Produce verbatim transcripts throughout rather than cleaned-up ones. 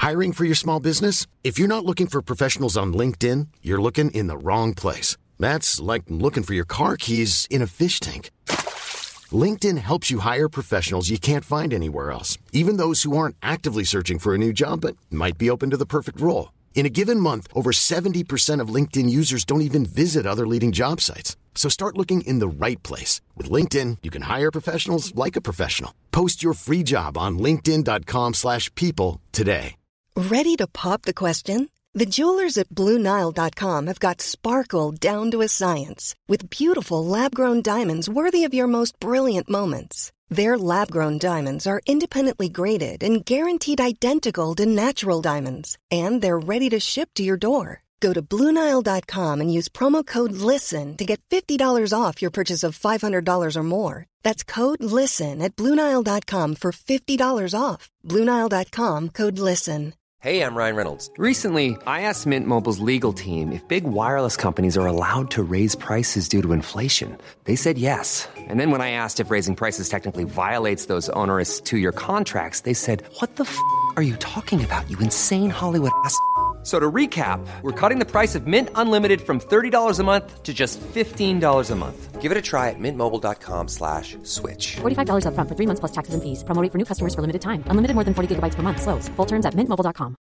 Hiring for your small business? If you're not looking for professionals on LinkedIn, you're looking in the wrong place. That's like looking for your car keys in a fish tank. LinkedIn helps you hire professionals you can't find anywhere else, even those who aren't actively searching for a new job but might be open to the perfect role. In a given month, over seventy percent of LinkedIn users don't even visit other leading job sites. So start looking in the right place. With LinkedIn, you can hire professionals like a professional. Post your free job on linkedin dot com slash people today. Ready to pop the question? The jewelers at Blue Nile dot com have got sparkle down to a science with beautiful lab-grown diamonds worthy of your most brilliant moments. Their lab-grown diamonds are independently graded and guaranteed identical to natural diamonds, and they're ready to ship to your door. Go to Blue Nile dot com and use promo code LISTEN to get fifty dollars off your purchase of five hundred dollars or more. That's code LISTEN at Blue Nile dot com for fifty dollars off. Blue Nile dot com, code LISTEN. Hey, I'm Ryan Reynolds. Recently, I asked Mint Mobile's legal team if big wireless companies are allowed to raise prices due to inflation. They said yes. And then when I asked if raising prices technically violates those onerous two-year contracts, they said, what the f*** are you talking about, you insane Hollywood ass f- So to recap, we're cutting the price of Mint Unlimited from thirty dollars a month to just fifteen dollars a month. Give it a try at mintmobile.com slash switch. forty-five dollars up front for three months plus taxes and fees. Promo rate for new customers for limited time. Unlimited more than forty gigabytes per month. Slows full terms at mint mobile dot com.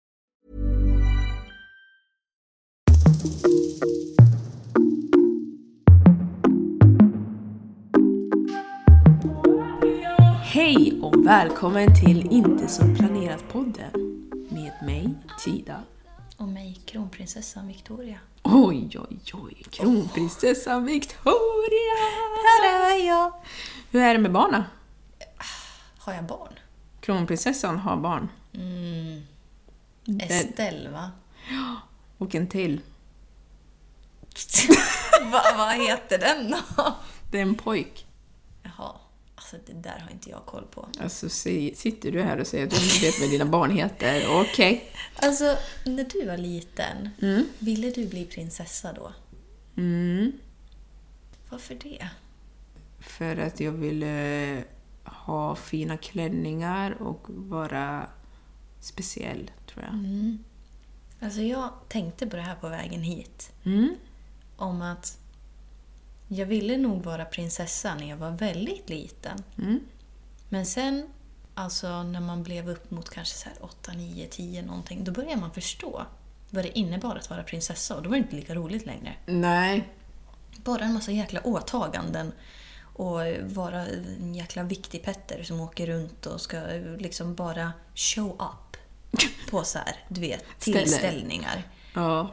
Hej och välkommen till Inte som planerat podden. Med mig, Tida. Och mig, kronprinsessan Victoria. Oj, oj, oj. Kronprinsessan oh. Victoria. Här är jag. Hur är det med barnen? Har jag barn? Kronprinsessan har barn. Mm. Estelle, va? Ja, och en till. Vad va heter den då? Det är en pojk. Jaha. Alltså det där har inte jag koll på. Alltså sitter du här och säger att du inte vet vad dina barn heter. Okej. Okay. Alltså när du var liten, mm. ville du bli prinsessa då? Mm. Varför det? För att jag ville ha fina klänningar och vara speciell, tror jag. Mm. Alltså jag tänkte på det här på vägen hit. Mm. Om att jag ville nog vara prinsessa när jag var väldigt liten. Mm. Men sen, alltså när man blev upp mot kanske så här åtta, nio, tio någonting, då började man förstå vad det innebar att vara prinsessa. Och då var det inte lika roligt längre. Nej. Bara en massa jäkla åtaganden. Och vara en jäkla viktig petter som åker runt och ska liksom bara show up på så här, du vet, tillställningar. Ja.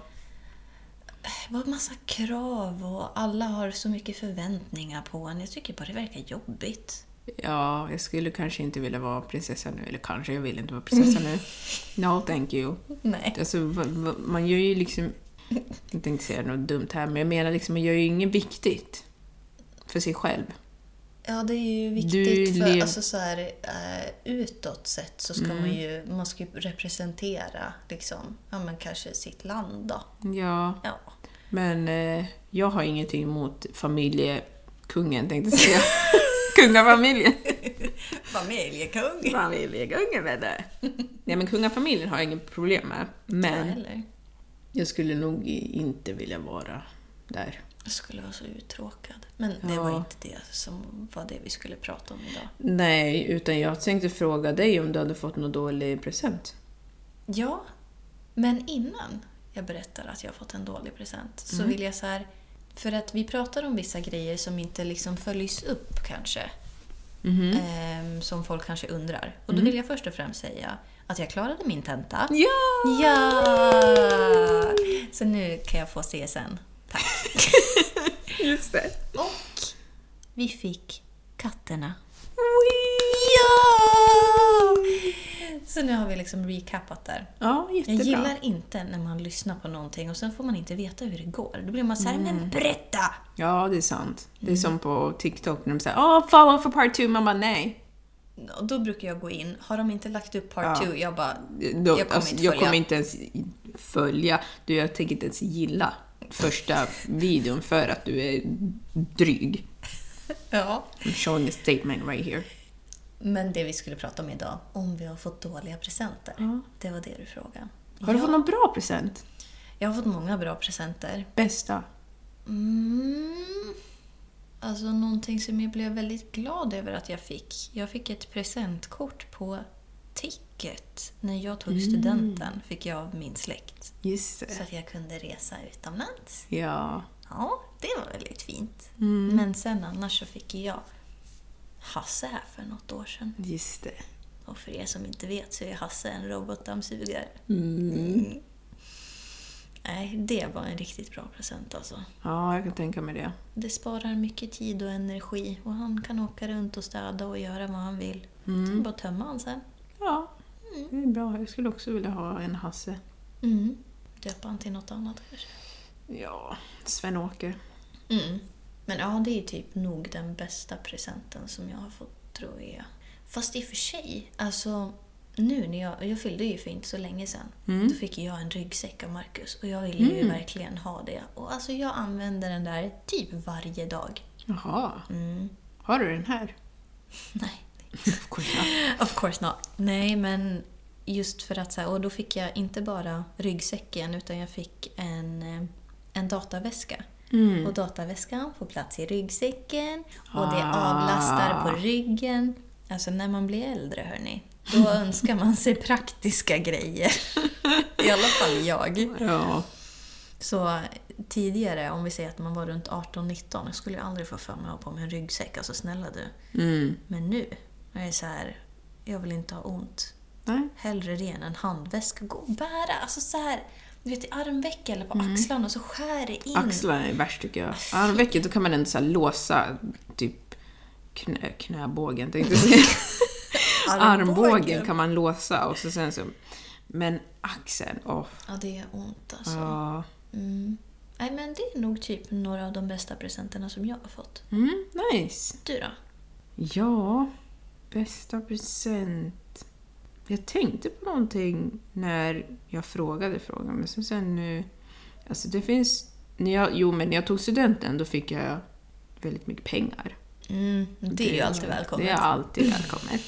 Det var en massa krav och alla har så mycket förväntningar på en. Jag tycker bara det verkar jobbigt. Ja, jag skulle kanske inte vilja vara prinsessa nu. Eller kanske jag vill inte vara prinsessa nu. No, thank you. Nej. Alltså, man gör ju liksom... Jag tänkte säga något dumt här, men jag menar liksom, man gör ju inget viktigt för sig själv. Ja, det är ju viktigt för lev... alltså så här, uh, utåt sett så ska mm. man ju man ska ju representera liksom, ja men kanske sitt land då. Ja. Ja. Men eh, jag har ingenting emot familjekungen, tänkte jag säga. Kungafamiljen. Familjekung. Familjekungen med det. Nej, men kungafamiljen har jag inget problem med, men ja, jag skulle nog inte vilja vara där. Jag skulle vara så uttråkad. Men det ja. var inte det som var det vi skulle prata om idag. Nej, utan jag tänkte fråga dig om du hade fått någon dålig present. Ja, men innan jag berättar att jag har fått en dålig present så mm. vill jag så här... För att vi pratar om vissa grejer som inte liksom följs upp kanske. Mm. Eh, som folk kanske undrar. Och då mm. vill jag först och främst säga att jag klarade min tenta. Ja! Ja! Så nu kan jag få se sen. Tack. Just det. Och vi fick katterna. Ja! Så nu har vi liksom recapat där. Ja, jättebra. Jag gillar inte när man lyssnar på någonting och sen får man inte veta hur det går. Då blir man så här, mm. men berätta! Ja, det är sant. Det är mm. som på TikTok när de säger, åh, oh, follow for part two. Man bara, nej. Och då brukar jag gå in. Har de inte lagt upp part ja. two? Jag bara, då, jag kommer alltså, inte jag följa. kommer inte ens följa. Du, jag tänker inte ens gilla första videon för att du är dryg. Ja. I'm showing a statement right here. Men det vi skulle prata om idag, om vi har fått dåliga presenter. Ja. Det var det du frågade. Har du Ja. fått någon bra present? Jag har fått många bra presenter. Bästa? Mm. Alltså någonting som jag blev väldigt glad över att jag fick. Jag fick ett presentkort på Ticket. När jag tog studenten fick jag av min släkt. Just det. Så att jag kunde resa utomlands. Ja. Ja, det var väldigt fint. Mm. Men sen annars så fick jag Hasse här för något år sedan. Just det. Och för er som inte vet så är Hasse en robotdammsugare. Mm. Mm. Nej, det var en riktigt bra present alltså. Ja, jag kan tänka mig det. Det sparar mycket tid och energi. Och han kan åka runt och städa och göra vad han vill. Mm. Sen bara tömma han sen. Ja, det är bra. Jag skulle också vilja ha en Hasse. Mm. Döpa han till något annat kanske. Ja, Sven-Åke. Mm. Men ja, det är typ nog den bästa presenten som jag har fått, tror jag. Fast i och för sig, alltså nu när jag, jag fyllde ju för inte så länge sedan. Mm. Då fick jag en ryggsäck av Marcus. Och jag ville ju Mm. verkligen ha det. Och alltså jag använder den där typ varje dag. Jaha. Mm. Har du den här? Nej. Of course not. Of course not. Nej, men just för att så här, och då fick jag inte bara ryggsäcken utan jag fick en, eh, en dataväska. Mm. Och dataväskan får plats i ryggsäcken och det Ah. avlastar på ryggen. Alltså när man blir äldre, hörni, då önskar man sig praktiska grejer. I alla fall jag. Ja. Så tidigare, om vi säger att man var runt arton nitton, jag skulle jag aldrig få för mig att ha på mig en ryggsäck. Alltså snälla du. Mm. Men nu är det så här, jag vill inte ha ont. Nej. Hellre det än en handväska. Gå och bära, alltså så här, du vet, i armveck eller på axlarna och så skär det in. Axlarna är värst tycker jag. Armvecket, då kan man ändå så här låsa typ knä, knäbågen. Tänkte jag säga. Armbågen kan man låsa och så sen så... Men axeln, åh. Ja, det är ont alltså. Ja. Mm. Nej, men det är nog typ några av de bästa presenterna som jag har fått. Mm, nice. Du då? Ja, bästa present. Jag tänkte på någonting när jag frågade frågan. Men sen, sen nu... Alltså det finns... När jag, jo, men när jag tog studenten då fick jag väldigt mycket pengar. Mm, det är ju alltid välkommet. Det är alltid välkommet.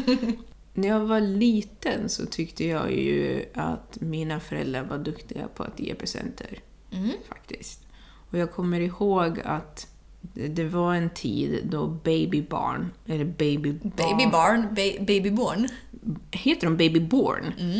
När jag var liten så tyckte jag ju att mina föräldrar var duktiga på att ge presenter. Mm. Faktiskt. Och jag kommer ihåg att det var en tid då babybarn, eller babybarn... Babybarn, ba- babyborn. Heter de babyborn? Mm.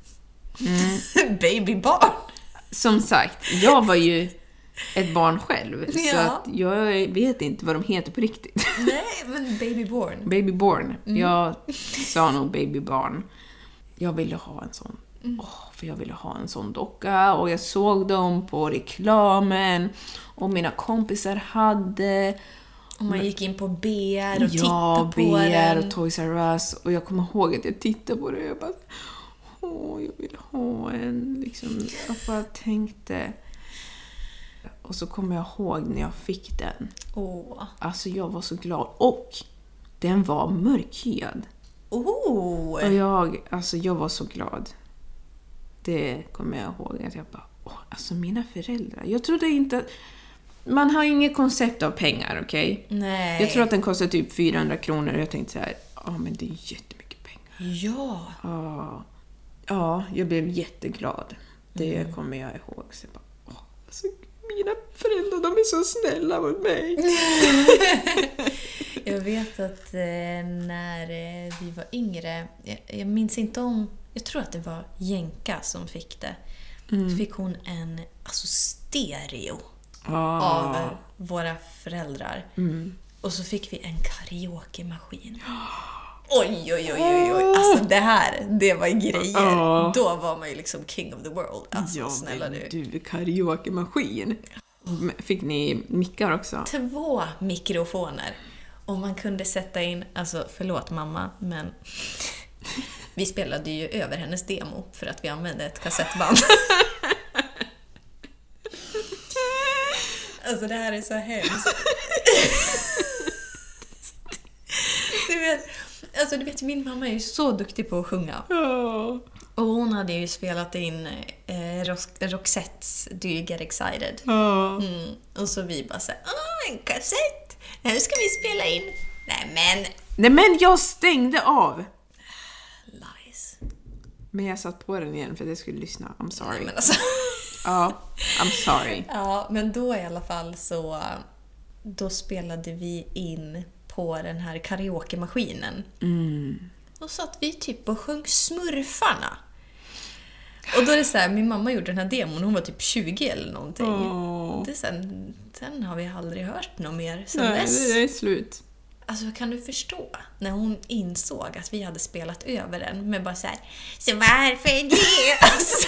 Mm. Babybarn. Som sagt, jag var ju ett barn själv. Så Ja. att jag vet inte vad de heter på riktigt. Nej, men babyborn. Babyborn. Mm. Jag sa nog babybarn. Jag ville ha en sån. Åh, för jag ville ha en sån docka. Och jag såg dem på reklamen. Och mina kompisar hade. Och man gick in på B R och Ja, tittade B på R den. och Toys R Us. Och jag kommer ihåg att jag tittade på det. Och jag bara, åh, jag vill ha en. Liksom, jag bara tänkte. Och så kommer jag ihåg när jag fick den. Åh. Alltså jag var så glad. Och den var mörkhyad. Oh. Och jag, alltså jag var så glad. Det kommer jag ihåg att jag bara, åh, alltså mina föräldrar. Jag trodde inte att, man har inget koncept av pengar, okej? Okay? Nej. Jag tror att den kostar typ fyrahundra kronor och jag tänkte så här, ja men det är jättemycket pengar. Ja. Ja, ja jag blev jätteglad. Det mm. kommer jag ihåg. Så jag bara, åh, alltså mina föräldrar, de är så snälla mot mig. Jag vet att eh, när eh, vi var yngre, jag, jag minns inte om, jag tror att det var Jenka som fick det. Mm. Så fick hon en alltså stereo ah. av eh, våra föräldrar. Mm. Och så fick vi en karaoke-maskin. Oj, oj, oj, oj, oj. Alltså det här, det var grejer. Ah. Då var man ju liksom king of the world. Alltså ja, snälla men du. du, karaoke-maskin. Fick ni mickar också? Två mikrofoner. Och man kunde sätta in, alltså förlåt mamma, men vi spelade ju över hennes demo för att vi använde ett kassettband. Alltså det här är så hemskt. Du vet, alltså du vet, min mamma är ju så duktig på att sjunga. Oh. Och hon hade ju spelat in eh, Roxettes Do You Get Excited. Oh. Mm. Och så vi bara så här, åh, en kassett! Nu ska vi spela in. Nej men, Nej, men jag stängde av. Lies. Men jag satt på den igen för att jag skulle lyssna. I'm sorry. Nej, men alltså. Ja, I'm sorry. Ja, men då i alla fall så då spelade vi in på den här karaoke-maskinen. Mm. Och satt vi typ och sjöng Smurfarna. Och då är det så här, min mamma gjorde den här demon, hon var typ tjugo eller någonting. Oh. Det är sen, sen har vi aldrig hört något mer sen Nej, dess. det är slut. Alltså kan du förstå när hon insåg att vi hade spelat över den med bara så här, så varför det? Alltså,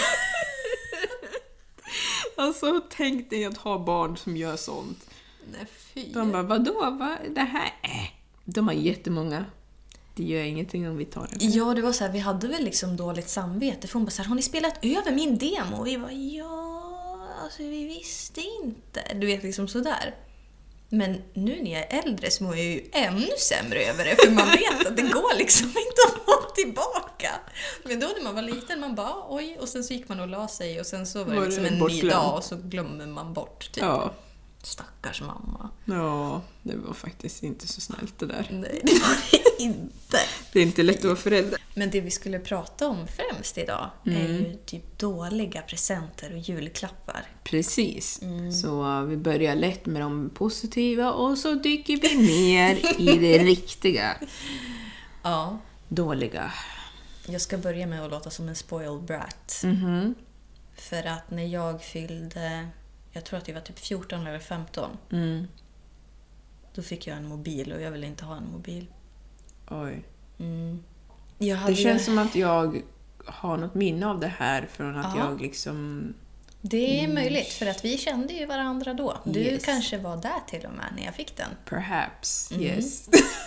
alltså tänk dig att ha barn som gör sånt. nej, fy. De bara, vadå? Va? Det här? Äh. De har jättemånga. Det gör ingenting om vi tar det. Ja, det var så här, vi hade väl liksom dåligt samvete. För hon bara så här, har ni spelat över min demo? Och vi var ja, alltså vi visste inte. Du vet, liksom sådär. Men nu när jag är äldre så mår jag ju ännu sämre över det. För man vet att det går liksom inte att få tillbaka. Men då när man var liten, man bara oj. Och sen så gick man och la sig. Och sen så var det Var liksom det en ny bortglömt? dag. Och så glömmer man bort typ. Ja. Stackars mamma. Ja, det var faktiskt inte så snällt det där. Nej, det var det inte. Det är inte lätt att vara förälder. Men det vi skulle prata om främst idag Mm. är ju typ dåliga presenter och julklappar. Precis. Mm. Så uh, vi börjar lätt med de positiva och så dyker vi ner i det riktiga. Ja. Dåliga. Jag ska börja med att låta som en spoiled brat. Mhm. För att när jag fyllde, jag tror att jag var typ fjorton eller femton, Mm. då fick jag en mobil och jag ville inte ha en mobil. Oj. Mm. Jag hade Det känns som att jag har något minne av det här från att Ja. jag liksom... Det är möjligt, för att vi kände ju varandra då. Du Yes. kanske var där till och med när jag fick den. Perhaps, Mm. yes.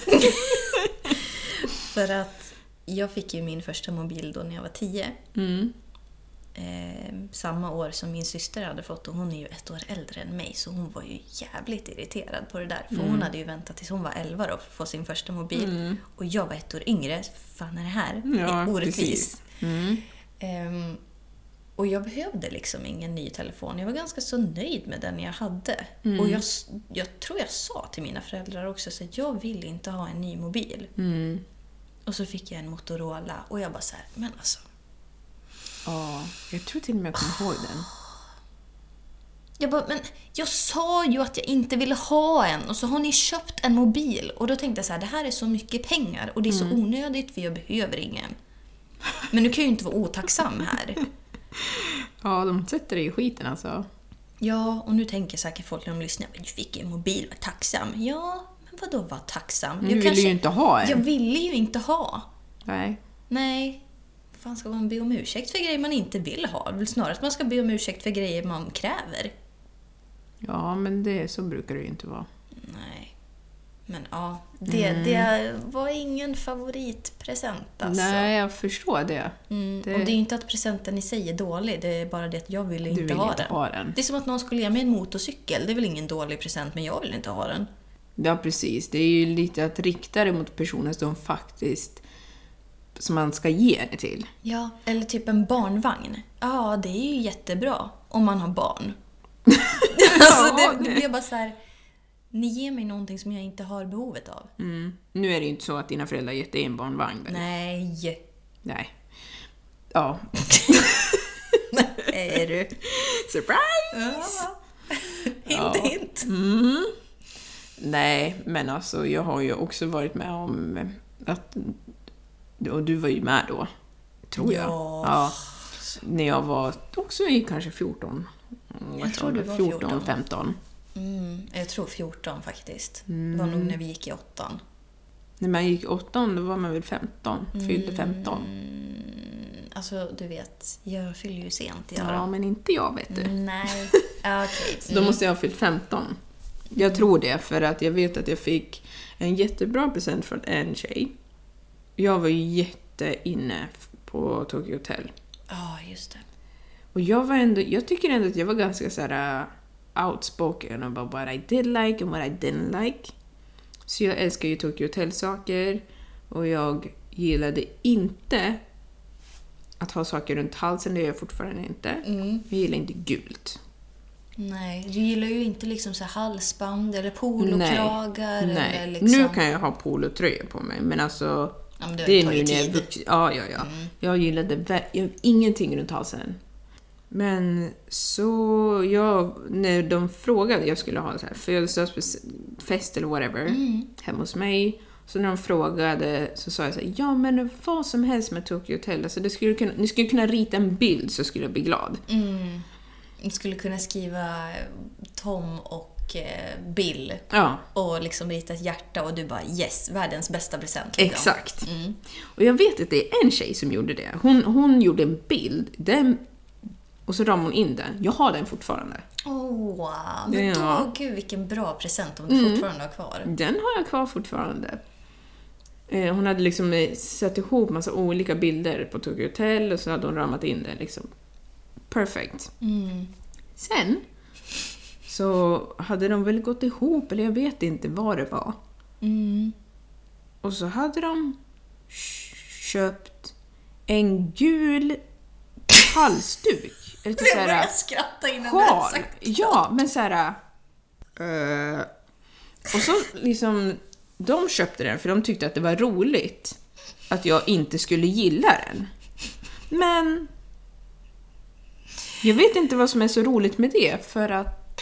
För att jag fick ju min första mobil då när jag var tio. Mm. Eh, samma år som min syster hade fått, och hon är ju ett år äldre än mig, så hon var ju jävligt irriterad på det där. För Mm. hon hade ju väntat tills hon var elva då för att få sin första mobil. Mm. Och jag var ett år yngre. Fan är det här? Ja, det är orättvist. precis. Mm. Ehm, och jag behövde liksom ingen ny telefon. Jag var ganska så nöjd med den jag hade. Mm. Och jag, jag tror jag sa till mina föräldrar också så att jag vill inte ha en ny mobil. Mm. Och så fick jag en Motorola och jag bara så här, men alltså. Ja, jag tror till och med jag kommer ihåg den. Jag bara, men jag sa ju att jag inte ville ha en. Och så har ni köpt en mobil. Och då tänkte jag så här, det här är så mycket pengar. Och det är så Mm. onödigt för jag behöver ingen. Men nu kan jag ju inte vara otacksam här. Ja, de sätter det i skiten alltså. Ja, och nu tänker säkert folk när de lyssnar, men du fick en mobil, var tacksam. Ja, men vadå var tacksam? Du ville ju inte ha en. Jag ville ju inte ha. Nej. Nej. Vad fan ska man be om ursäkt för grejer man inte vill ha? Det är väl snarare att man ska be om ursäkt för grejer man kräver. Ja, men det, så brukar det ju inte vara. Nej. Men ja, det, Mm. det var ingen favoritpresent alltså. Nej, jag förstår det. Mm. det- Och det är ju inte att presenten i sig är dålig, det är bara det att jag ville Du inte, vill ha, inte den. ha den. Det är som att någon skulle ge mig en motorcykel. Det är väl ingen dålig present, men jag vill inte ha den. Ja, precis. Det är ju lite att rikta det mot personer som faktiskt som man ska ge det till. Ja, eller typ en barnvagn. Ja, det är ju jättebra om man har barn. alltså, det, det blir bara så här, ni ger mig någonting som jag inte har behovet av. Mm. Nu är det ju inte så att dina föräldrar gett dig en barnvagn. Väl? Nej. Nej. Ja. Är du? Surprise! Ja. Hint, Ja. hint. Mm. Nej, men alltså jag har ju också varit med om att... Och du var ju med då, tror jag. Ja. Ja. När jag var också i kanske fjorton. Jag tror du var fjorton. femton. Mm, jag tror fjorton faktiskt. Det var nog när vi gick i åttan. När man gick åtton, då var man väl femton. Fyllde femton. Mm, alltså, du vet, jag fyller ju sent i år. Ja, men inte jag, vet du. Nej, ja, okej. Så då måste jag ha fyllt femton. Jag tror det, för att jag vet att jag fick en jättebra present från en tjej. Jag var ju jätteinne på Tokyo Hotel. Ja, just det. Och jag var ändå, jag tycker ändå att jag var ganska så här uh, outspoken about what I did like and what I didn't like. Så jag älskar ju Tokyo Hotel-saker. Och jag gillade inte att ha saker runt halsen, det gör jag fortfarande inte. Mm. Jag gillar inte gult. Nej, du gillar ju inte liksom så här halsband eller polokragar. Nej, eller liksom... nu kan jag ha polotröja på mig, men alltså... Ja, men det, det är nu ju när jag är tid. vuxen. Ja, ja, ja. Mm. Jag gillade vä- jag, ingenting runt halsen. Men så jag, när de frågade jag skulle ha så här födelsedagsfest eller whatever Mm. hemma hos mig, så när de frågade så sa jag så här, ja men vad som helst med Tokyo Hotel, alltså det skulle kunna, ni skulle kunna rita en bild så skulle jag bli glad. Mm. Du skulle kunna skriva Tom och eh, Bill Ja. och liksom rita ett hjärta och du bara yes, världens bästa present. Liksom. Exakt. Mm. Och jag vet att det är en tjej som gjorde det. Hon, hon gjorde en bild, den, och så ramade hon in den. Jag har den fortfarande. Åh, oh, men Ja. då, gud vilken bra present om du Mm. fortfarande har kvar. Den har jag kvar fortfarande. Eh, Hon hade liksom eh, satt ihop massa olika bilder på Tokyo Hotel och så hade hon ramat in det liksom. Perfect. Mm. Sen så hade de väl gått ihop, eller jag vet inte vad det var. Mm. Och så hade de köpt en gul halsduk. Eller till så Jag här, började skratta innan du hade sjal. sagt det. Ja, men så här... Uh, och så liksom... De köpte den för de tyckte att det var roligt att jag inte skulle gilla den. Men... Jag vet inte vad som är så roligt med det, för att...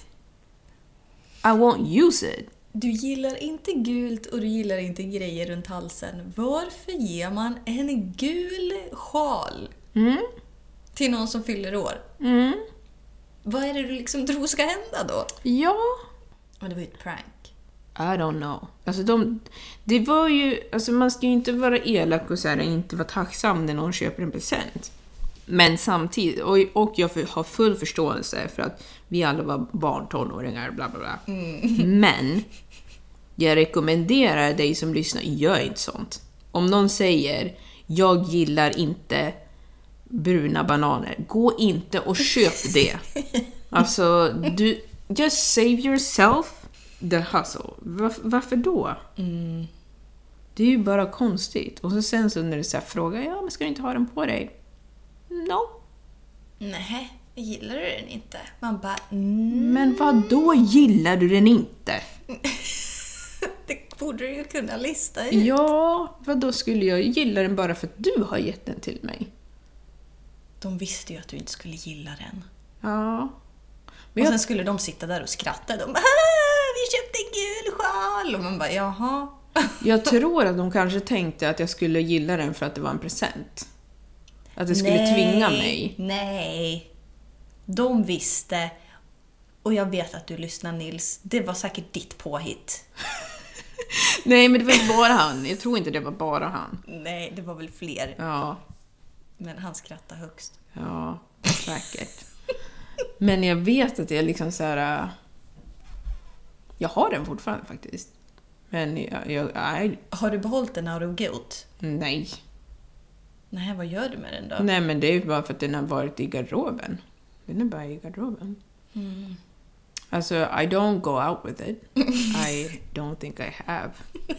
I won't use it. Du gillar inte gult och du gillar inte grejer runt halsen. Varför ger man en gul sjal Mm. till någon som fyller år? Mm. Vad är det du liksom tror ska hända då? Ja... Och det var ju ett prank. I don't know. Alltså de, det var ju, alltså man ska ju inte vara elak och så här, inte vara tacksam när någon köper en present. Men samtidigt, och, och jag för, har full förståelse för att vi alla var barn, tonåringar, bla bla bla. Mm. Men jag rekommenderar dig som lyssnar, gör inte sånt. Om någon säger, jag gillar inte bruna bananer, gå inte och köp det. Alltså, du, just save yourself the hustle. Varför, varför då? Mm. Det är ju bara konstigt. Och så sen så när du så här frågar, ja men ska du inte ha den på dig? No. Nej, gillar du den inte? Man bara, mm. Men vad då gillar du den inte? Det borde du ju kunna lista ut. Ja, vad då skulle jag gilla den bara för att du har gett den till mig? De visste ju att du inte skulle gilla den. Ja. Men Och jag, sen skulle de sitta där och skratta. De bara, ah, vi köpte en gul sjal. Och man bara, jaha. jag tror att de kanske tänkte att jag skulle gilla den för att det var en present. Att det skulle nej, tvinga mig. Nej, de visste. Och jag vet att du lyssnar, Nils. Det var säkert ditt påhitt. Nej, men det var inte bara han. Jag tror inte det var bara han. Nej, det var väl fler. Ja, Men han skrattade högst. ja, säkert. Men jag vet att jag liksom så här... äh, Jag har den fortfarande faktiskt. Men jag... jag nej, Har du behållit den out of guilt? nej. Nej, vad gör du med den då? Nej, men det är ju bara för att den har varit i garderoben. Den är bara i garderoben. Mm. Alltså, I don't go out with it. I don't think I have.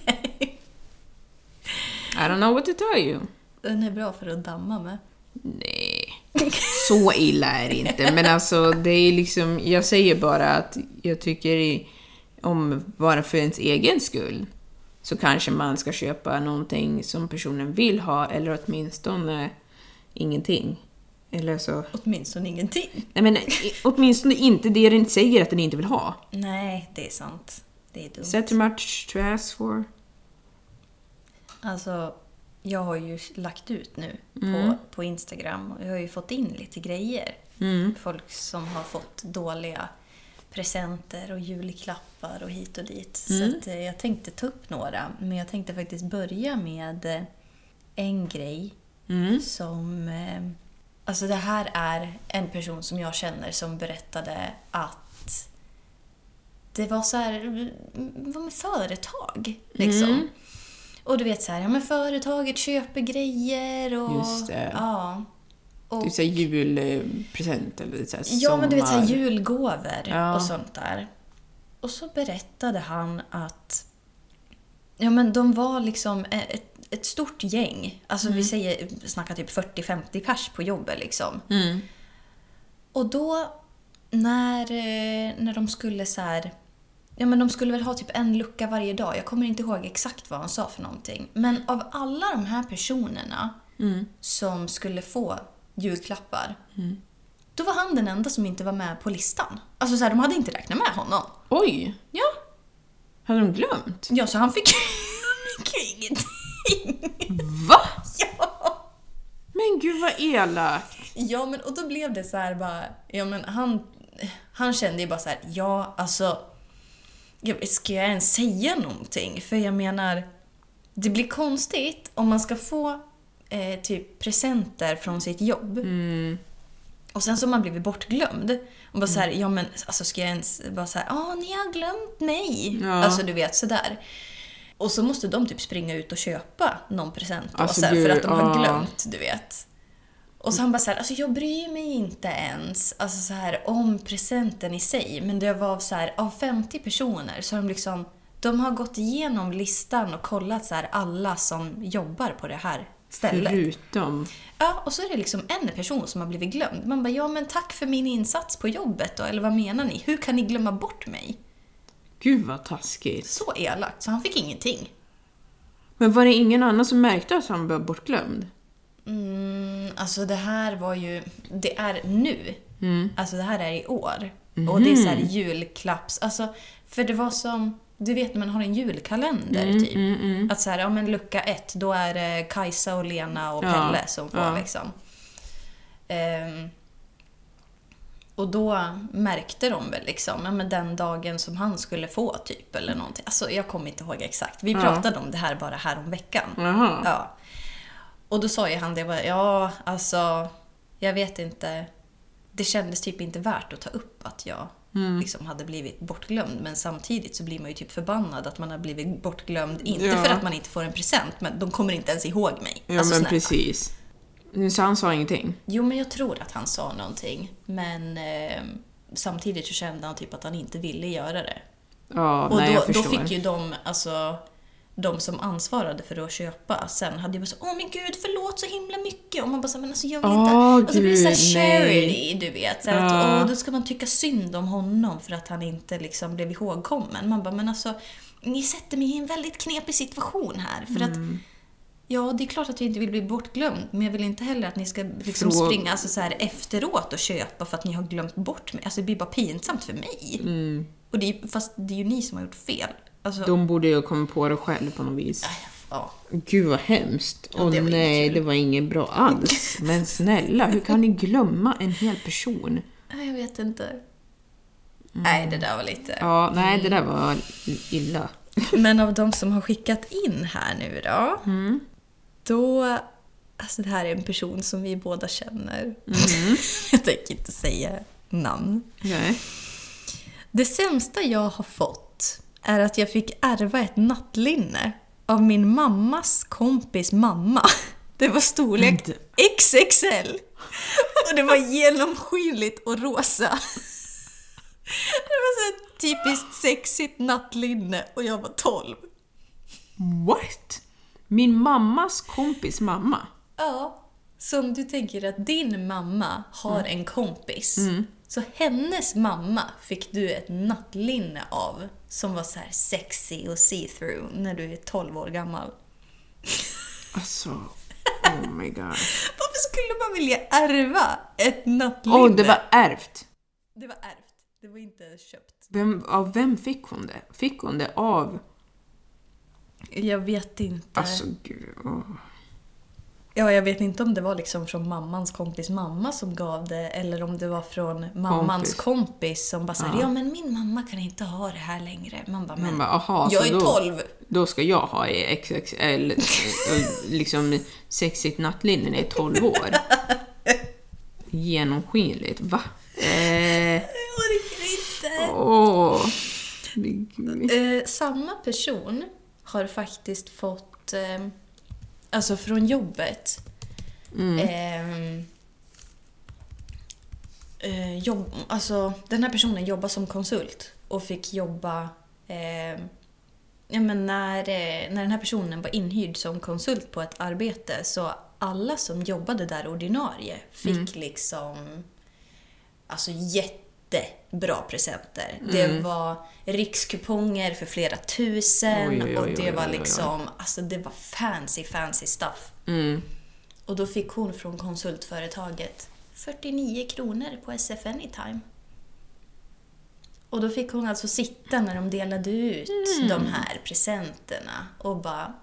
I don't know what to tell you. Den är bra för att damma med. Nej, så illa är det inte. Men alltså, det är liksom... Jag säger bara att jag tycker i, om bara för ens egen skull så kanske man ska köpa någonting som personen vill ha, eller åtminstone ingenting. Eller så... Åtminstone ingenting. Nej, men åtminstone inte det den säger att den inte vill ha. Nej, det är sant. Det är dumt. Is that too much to ask for? Alltså, jag har ju lagt ut nu Mm. på, på Instagram. Och jag har ju fått in lite grejer. Mm. Folk som har fått dåliga presenter och julklappar och hit och dit. Mm. Så att, eh, jag tänkte ta upp några. Men jag tänkte faktiskt börja med eh, en grej Mm. som... Eh, alltså det här är en person som jag känner som berättade att det var så här, vad med företag liksom. Mm. Och du vet så här, ja men företaget köper grejer och Just det. ja. Och, Typ såhär julpresent eller så här ja men du vet så här sommar. julgåvor Ja. och sånt där. Och så berättade han att ja men de var liksom ett, ett stort gäng. Alltså Mm. vi säger snackar typ fyrtio femtio pers på jobbet liksom. Mm. Och då när, eh, när de skulle så här... Ja, men de skulle väl ha typ en lucka varje dag. Jag kommer inte ihåg exakt vad han sa för någonting. Men av alla de här personerna mm. som skulle få julklappar, mm. då var han den enda som inte var med på listan. Alltså så här, de hade inte räknat med honom. Oj! Ja. Hade de glömt? Ja, så han fick, han fick ingenting. Va? Ja. Men gud vad elakt. Ja, men och då blev det så här bara... Ja, men han, han kände ju bara så här, ja, alltså... Ska jag ens säga någonting? För jag menar, det blir konstigt om man ska få eh, typ presenter från sitt jobb. Mm. Och sen så har man blivit bortglömd. Och bara så här, ja men alltså ska jag ens bara så här, ja ni har glömt mig. Ja. Alltså du vet sådär. Och så måste de typ springa ut och köpa någon present då, alltså, så här, för att de har ja. glömt, du vet. Och så han bara så här, alltså jag bryr mig inte ens alltså så här, om presenten i sig. Men det var så här, av femtio personer så har de liksom, de har gått igenom listan och kollat så här alla som jobbar på det här stället. Förutom. Ja, och så är det liksom en person som har blivit glömd. Man bara, ja men tack för min insats på jobbet då. Eller vad menar ni? Hur kan ni glömma bort mig? Gud vad taskigt. Så elakt, så han fick ingenting. Men var det ingen annan som märkte att han var bortglömd? Mm, alltså det här var ju, det är nu. Mm. Alltså det här är i år. Mm. Och det är så här julklapps. Alltså, för det var som, du vet när man har en julkalender mm, typ. Mm, mm. Att så här, ja men lucka ett, då är det Kajsa och Lena och Pelle ja, som får ja. liksom. Um, och då märkte de väl liksom, ja men den dagen som han skulle få typ eller någonting. Alltså jag kommer inte ihåg exakt. Vi ja. pratade om det här bara här om veckan. Jaha. Ja. Och då sa ju han det bara, ja alltså jag vet inte, det kändes typ inte värt att ta upp att jag mm. liksom hade blivit bortglömd. Men samtidigt så blir man ju typ förbannad att man har blivit bortglömd. Inte ja. för att man inte får en present, men de kommer inte ens ihåg mig. Ja alltså, men snälla. Precis. Så han sa ingenting? Jo men jag tror att han sa någonting. Men eh, samtidigt så kände han typ att han inte ville göra det. Ja, och nej, då, jag förstår. då fick ju de, alltså... de som ansvarade för att köpa sen hade ju bara så, åh men gud förlåt så himla mycket. Och man bara så, men alltså jag vill inte. Oh, och så blir det så charity, nej. du vet. Så att, uh. åh, då ska man tycka synd om honom för att han inte liksom blev ihågkommen. Man bara, men alltså, ni sätter mig i en väldigt knepig situation här. För mm. att, ja det är klart att jag inte vill bli bortglömd. Men jag vill inte heller att ni ska liksom Frå- springa alltså, så här, efteråt och köpa för att ni har glömt bort mig. Alltså det blir bara pinsamt för mig. Mm. Och det är, fast det är ju ni som har gjort fel. Alltså, de borde ju komma på det själv på något vis. Ja. Gud vad hemskt. Ja, och det nej, det var inget bra alls. Men snälla, hur kan ni glömma en hel person? Jag vet inte. Mm. Nej, det där var lite... Ja, nej, det där var illa. Men av de som har skickat in här nu då, mm. då... Alltså det här är en person som vi båda känner. Mm. Jag tänker inte säga namn. Nej. Det sämsta jag har fått är att jag fick ärva ett nattlinne av min mammas kompis mamma. Det var storlek X X L. Och det var genomskinligt och rosa. Det var så ett typiskt sexigt nattlinne och jag var tolv. What? Min mammas kompis mamma? Ja, som du tänker att din mamma har mm. en kompis. Mm. Så hennes mamma fick du ett nattlinne av som var så här sexy och see-through när du är tolv år gammal. Alltså, oh my god. Varför skulle man vilja ärva ett nattlinne? Åh, oh, det var ärvt. Det var ärvt. Det var inte köpt. Vem, av vem fick hon det? Fick hon det av? Jag vet inte. Alltså, gud. Oh. Ja, jag vet inte om det var liksom från mammans kompis mamma som gav det eller om det var från mammans kompis, kompis som bara sa, ja. ja men min mamma kan inte ha det här längre. Man bara, men bara, aha, jag är då, tolv. Då ska jag ha i X X L liksom sexigt nattlinne när jag är tolv år. Genomskinligt, va? Eh, jag orkar inte. Åh. Eh, samma person har faktiskt fått... Eh, Alltså från jobbet. Mm. Eh, eh, jobb, alltså, den här personen jobbar som konsult och fick jobba eh, ja, men när, eh, när den här personen var inhyrd som konsult på ett arbete så alla som jobbade där ordinarie fick mm. liksom alltså jätte jättebra presenter. Mm. Det var rikskuponger för flera tusen. Oj, oj, oj, och det var liksom, alltså det var fancy, fancy stuff. Mm. Och då fick hon från konsultföretaget fyrtionio kronor på S F Anytime. Och då fick hon alltså sitta när de delade ut mm. de här presenterna och bara... Mm.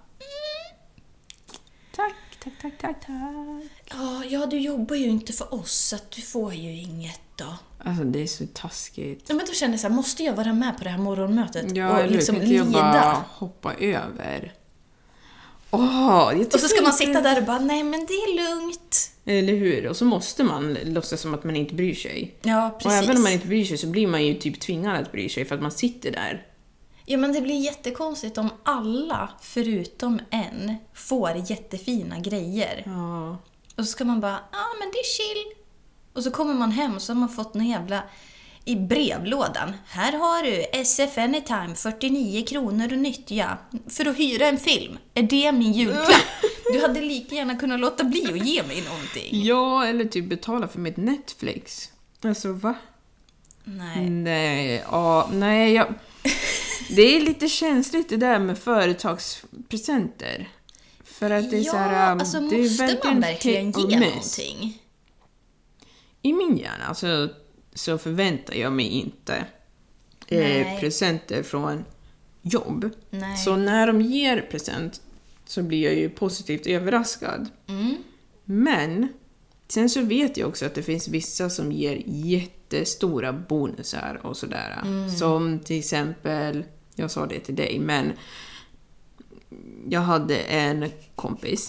Tack, tack, tack, tack, tack. Ja, ja, du jobbar ju inte för oss så att du får ju inget då. Alltså det är så taskigt. Ja, men då kände jag så här, måste jag vara med på det här morgonmötet? Ja, och liksom lida? Jag bara hoppa över. Oh, jag och så ska man sitta där och bara, nej men det är lugnt. Eller hur? Och så måste man låtsas som att man inte bryr sig. Ja, precis. Och även om man inte bryr sig så blir man ju typ tvingad att bry sig för att man sitter där. Ja, men det blir jättekonstigt om alla förutom en får jättefina grejer. Ja. Och så ska man bara, ja ah, men det är chill. Och så kommer man hem och så har man fått en jävla... I brevlådan. Här har du S F Anytime, fyrtionio kronor att nyttja för att hyra en film. Är det min julklapp? Du hade lika gärna kunnat låta bli att ge mig någonting. Ja, eller typ betala för mitt Netflix. Alltså, va? Nej. Nej, ja, nej, jag... Det är lite känsligt det där med företagspresenter. För att det är ja, så här... alltså det måste är man verkligen ge någonting? I min hjärna, alltså... så förväntar jag mig inte eh, presenter från jobb. Nej. Så när de ger present så blir jag ju positivt överraskad. Mm. Men sen så vet jag också att det finns vissa som ger jättestora bonusar och sådär. Mm. Som till exempel, jag sa det till dig, men jag hade en kompis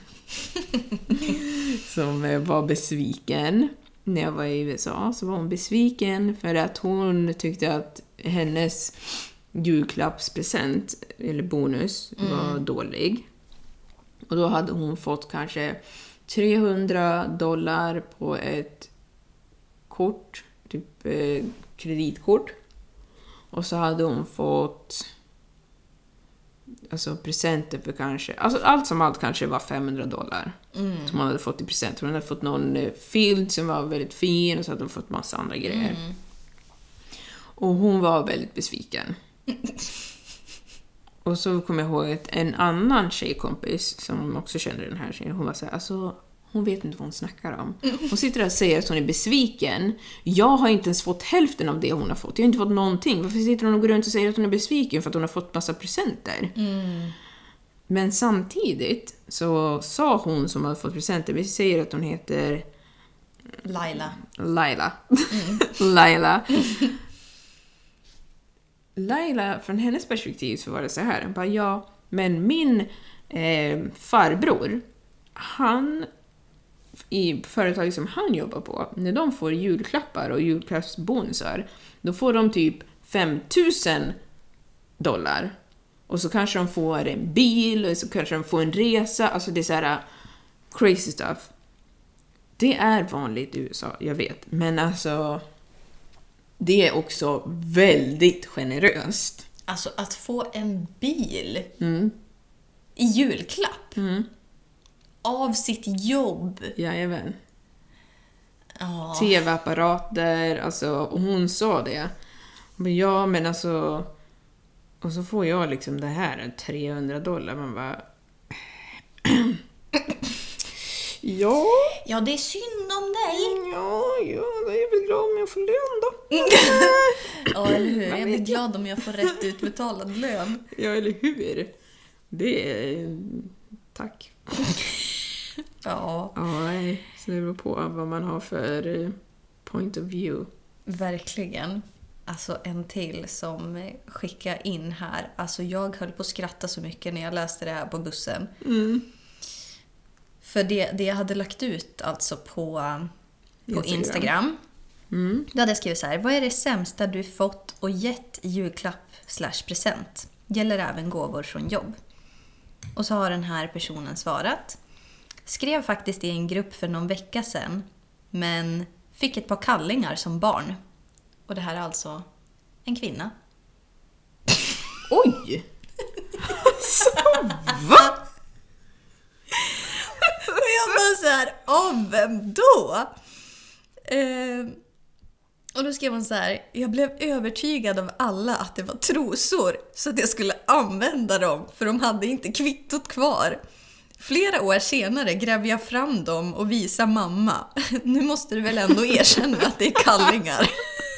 som var besviken. När jag var i U S A så var hon besviken för att hon tyckte att hennes julklappspresent eller bonus mm. var dålig. Och då hade hon fått kanske trehundra dollar på ett kort, typ eh, kreditkort. Och så hade hon fått alltså presenter för kanske, alltså allt som allt kanske var femhundra dollar mm. som hon hade fått i present. Hon hade fått någon eh, filt som var väldigt fin och så hade hon fått massa andra grejer. Mm. Och hon var väldigt besviken. Och så kom jag ihåg att en annan tjejkompis som också kände den här tjejen, hon var så här, alltså hon vet inte vad hon snackar om. Hon sitter där och säger att hon är besviken. Jag har inte ens fått hälften av det hon har fått. Jag har inte fått någonting. Varför sitter hon och går runt och säger att hon är besviken för att hon har fått massa presenter? Mm. Men samtidigt så sa hon som har fått presenter, vi säger att hon heter Laila. Laila. Mm. Laila. Laila, från hennes perspektiv så var det så här. Bara, ja, men min eh, farbror, han i företaget som han jobbar på, när de får julklappar och julklappsbonusar, då får de typ femtusen dollar. Och så kanske de får en bil, och så kanske de får en resa. Alltså det är så här crazy stuff. Det är vanligt i U S A, jag vet. Men alltså, det är också väldigt generöst. Alltså att få en bil mm. i julklapp. Mm. Av sitt jobb. Jajamän. Oh. T V-apparater, alltså, och hon sa det. Men ja, men alltså, och så får jag liksom det här trehundra dollar. Man bara ja. Ja, det är synd om dig. Ja, ja, jag är väl glad om jag får lön då. Ja, eller hur? Jag är glad om jag får rätt utbetalad lön. Ja, eller hur? Det är... Tack. Ja. Ja, så det beror på vad man har för point of view. Verkligen. Alltså en till som skickar in här. Alltså jag höll på att skratta så mycket när jag läste det här på bussen. Mm. För det, det jag hade lagt ut alltså på, på Instagram. Instagram mm. Då hade jag skrivit så här. Vad är det sämsta du fått och gett julklapp slash present? Gäller även gåvor från jobb. Och så har den här personen svarat. Skrev faktiskt i en grupp för någon vecka sedan. Men fick ett par kallingar som barn. Och det här är alltså en kvinna. Oj! Så, va? Och jag bara så här, av vem då? Eh, Och då skrev hon så här: jag blev övertygad av alla att det var trosor så att jag skulle använda dem, för de hade inte kvittot kvar. Flera år senare grävde jag fram dem och visade mamma. Nu måste du väl ändå erkänna att det är kallingar.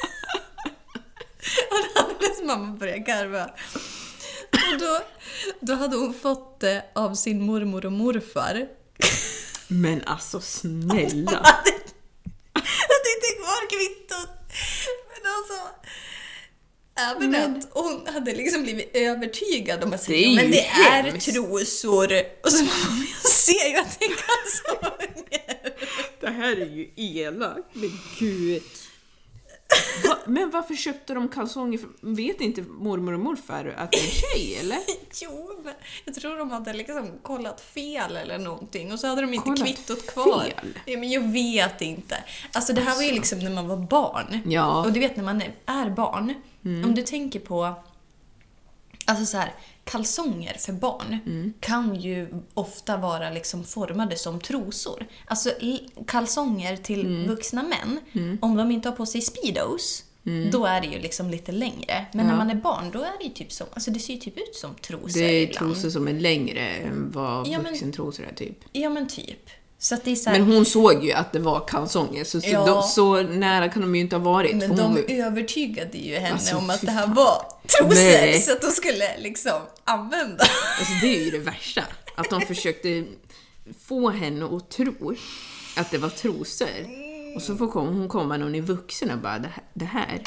Och då hade hennes mamma börjat garva. Och då, då hade hon fått det av sin mormor och morfar. Men alltså snälla. Att det inte kvar kvittot. Men alltså, även men, att hon hade liksom blivit övertygad om att säga, det men det är hemskt. Trosor. Och så man ser ju att det är kalsonger. Det här är ju elakt. Men gud. Va, men varför köpte de kalsonger? Vet inte mormor och morfar att det är en tjej, eller? Jo, men jag tror de hade liksom kollat fel eller någonting. Och så hade de inte kollat kvittot kvar. Fel. Ja, men jag vet inte. Alltså det här alltså. var ju liksom när man var barn. Ja. Och du vet när man är barn. Mm. Om du tänker på... Alltså så här, kalsonger för barn mm. kan ju ofta vara liksom formade som trosor. Alltså kalsonger till mm. vuxna män, mm. om de inte har på sig speedos, mm. då är det ju liksom lite längre. Men ja. när man är barn, då är det ju typ som, alltså det ser ju typ ut som trosor. Det är ibland. trosor som är längre än vad ja, vuxentrosor är typ. Ja men typ. Så att det är så här... Men hon såg ju att det var kalsonger, så, ja. så, så nära kan de ju inte ha varit. Men de hon... övertygade ju henne alltså, om att det här fan. var trosor. Nej. Så att de skulle liksom använda. Alltså det är ju det värsta. Att de försökte få henne att tro att det var trosor. Och så får hon komma när hon är vuxen och bara, det här... Det här.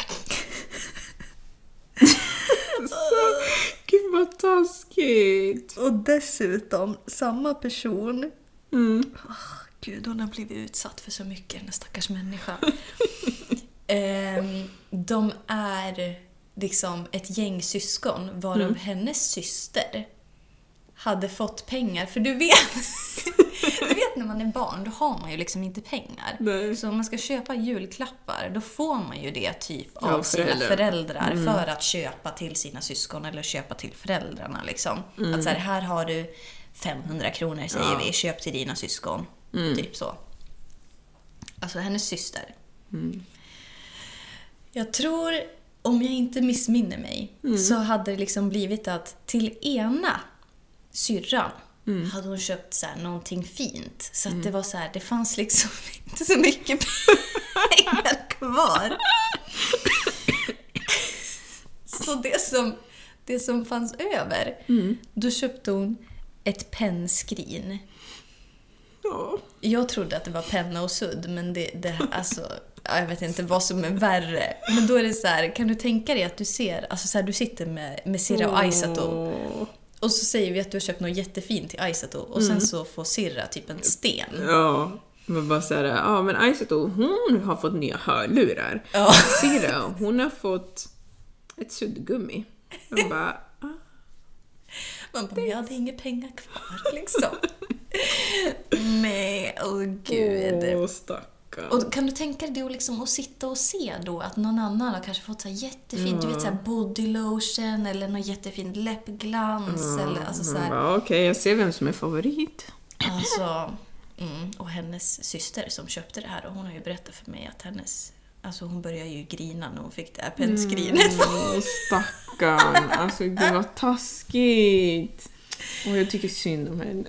Så, gud vad taskigt. Och dessutom, samma person... Mm. Oh, Gud, hon har blivit utsatt för så mycket, den stackars människa. ehm, de är liksom ett gäng syskon, varav mm. hennes syster hade fått pengar. För du vet, du vet när man är barn, då har man ju liksom inte pengar. Nej. Så om man ska köpa julklappar, då får man ju det typ ja, av föräldrar. sina föräldrar mm. för att köpa till sina syskon eller köpa till föräldrarna. Liksom. Mm. Att så här, här har du femhundra kronor säger ja. vi, köp till dina syskon. Mm. Typ så. Alltså hennes syster. Mm. Jag tror, om jag inte missminner mig, mm. så hade det liksom blivit att till ena syrran mm. hade hon köpt så här någonting fint. Så att mm. det var så här, det fanns liksom inte så mycket pengar kvar. Så det som, det som fanns över, mm. då köpte hon ett pennskrin. Ja. Jag trodde att det var penna och sudd, men det, det alltså, jag vet inte vad som är värre. Men då är det så här, kan du tänka dig att du ser, alltså så här, du sitter med, med Sirra och Aisato. Oh. Och så säger vi att du har köpt något jättefint till Aisato. Och mm. sen så får Sirra typ en sten. Ja, men bara så här, ja men Aisato, hon har fått nya hörlurar. Ja. Sirra, hon har fått ett suddgummi. Man bara, ah. Man bara, jag hade inga pengar kvar liksom. Nej, åh oh, gud. Åh, stackarn. Och kan du tänka dig då liksom att sitta och se då att någon annan har kanske fått så här jättefint, ja. du vet så här body lotion eller någon jättefint läppglans ja. eller alltså så här. Ja, okej, okay, jag ser vem som är favorit. Alltså, mm, och hennes syster som köpte det här, och hon har ju berättat för mig att hennes, alltså hon började ju grina när hon fick det här pennskrinet. Mm, stackarn, alltså det var taskigt. Och jag tycker synd om henne.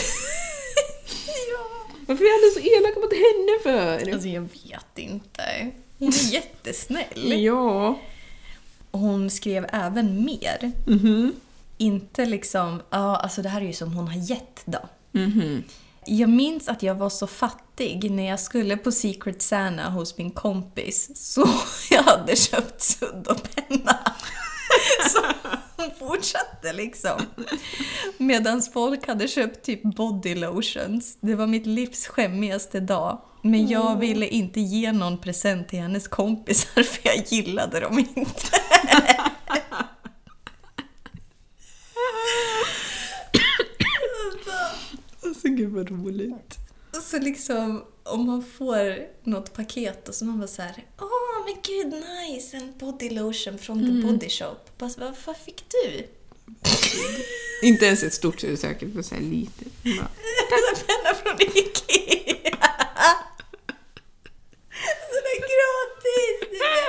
Ja. Varför är alla så elaka mot henne för? Alltså jag vet inte. Hon är jättesnäll. Ja. Och hon skrev även mer. Mhm. Inte liksom, ja alltså det här är ju som hon har gett då. Mhm. Jag minns att jag var så fattig när jag skulle på Secret Santa hos min kompis. Så jag hade köpt sudd och penna. Så hon fortsatte liksom. Medans folk hade köpt typ body lotions. Det var mitt livs skämmigaste dag. Men jag ville inte ge någon present till hennes kompisar för jag gillade dem inte. Alltså gud vad roligt. Så liksom, om man får något paket och så man bara så här, åh men gud nice, en body lotion från mm. The Body Shop. Bara, vad, vad fick du? Inte ens ett stort, så är det säkert för så här lite. En penna från Ikea. Så det är gratis, du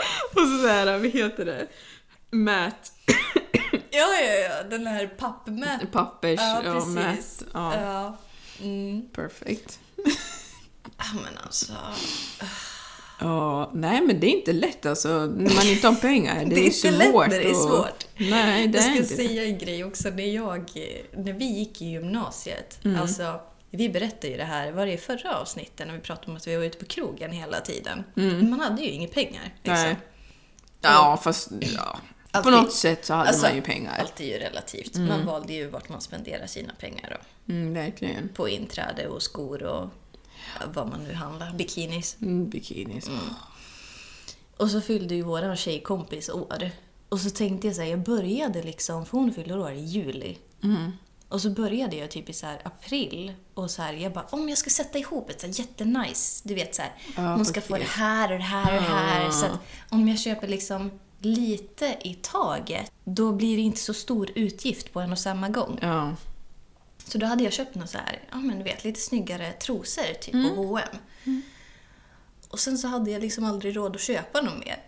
här, vad heter det? Mät. Ja, ja, ja. Den här pappmät. Pappers, ja, ja, precis. mät. Ja. Ja. Mm. Perfect. Ja, men alltså... Ja, nej men det är inte lätt alltså, när man inte har pengar. Det, Det är är inte svårt. lätt när det är och- svårt. Nej, det Jag är ska inte det. säga en grej också. När, jag, när vi gick i gymnasiet, Mm. alltså, vi berättade ju det här, var det i förra avsnittet när vi pratade om att vi var ute på krogen hela tiden. Man hade ju inga pengar. Liksom. Mm. Nej. Ja, fast ja. på Alltid- något sätt så hade Alltså, man ju pengar. Allt är ju relativt. Man valde ju vart man spenderar sina pengar då. Mm, verkligen. På inträde och skor och vad man nu handlar. Bikinis. Mm, bikinis. Och så fyllde ju våran tjejkompis år. Och så tänkte jag så här, jag började liksom, för hon fyllde år i juli. Mm. Och så började jag typ i så här april. Och så här, jag bara, om jag ska sätta ihop ett så här jättenice, du vet så här, Ja, hon ska okej. få det här och det här och det här. Ah. Så att om jag köper liksom lite i taget, då blir det inte så stor utgift på en och samma gång. Ja. Så då hade jag köpt något så här, ja men du vet, lite snyggare trosor typ på H och M. Och sen så hade jag liksom aldrig råd att köpa något mer.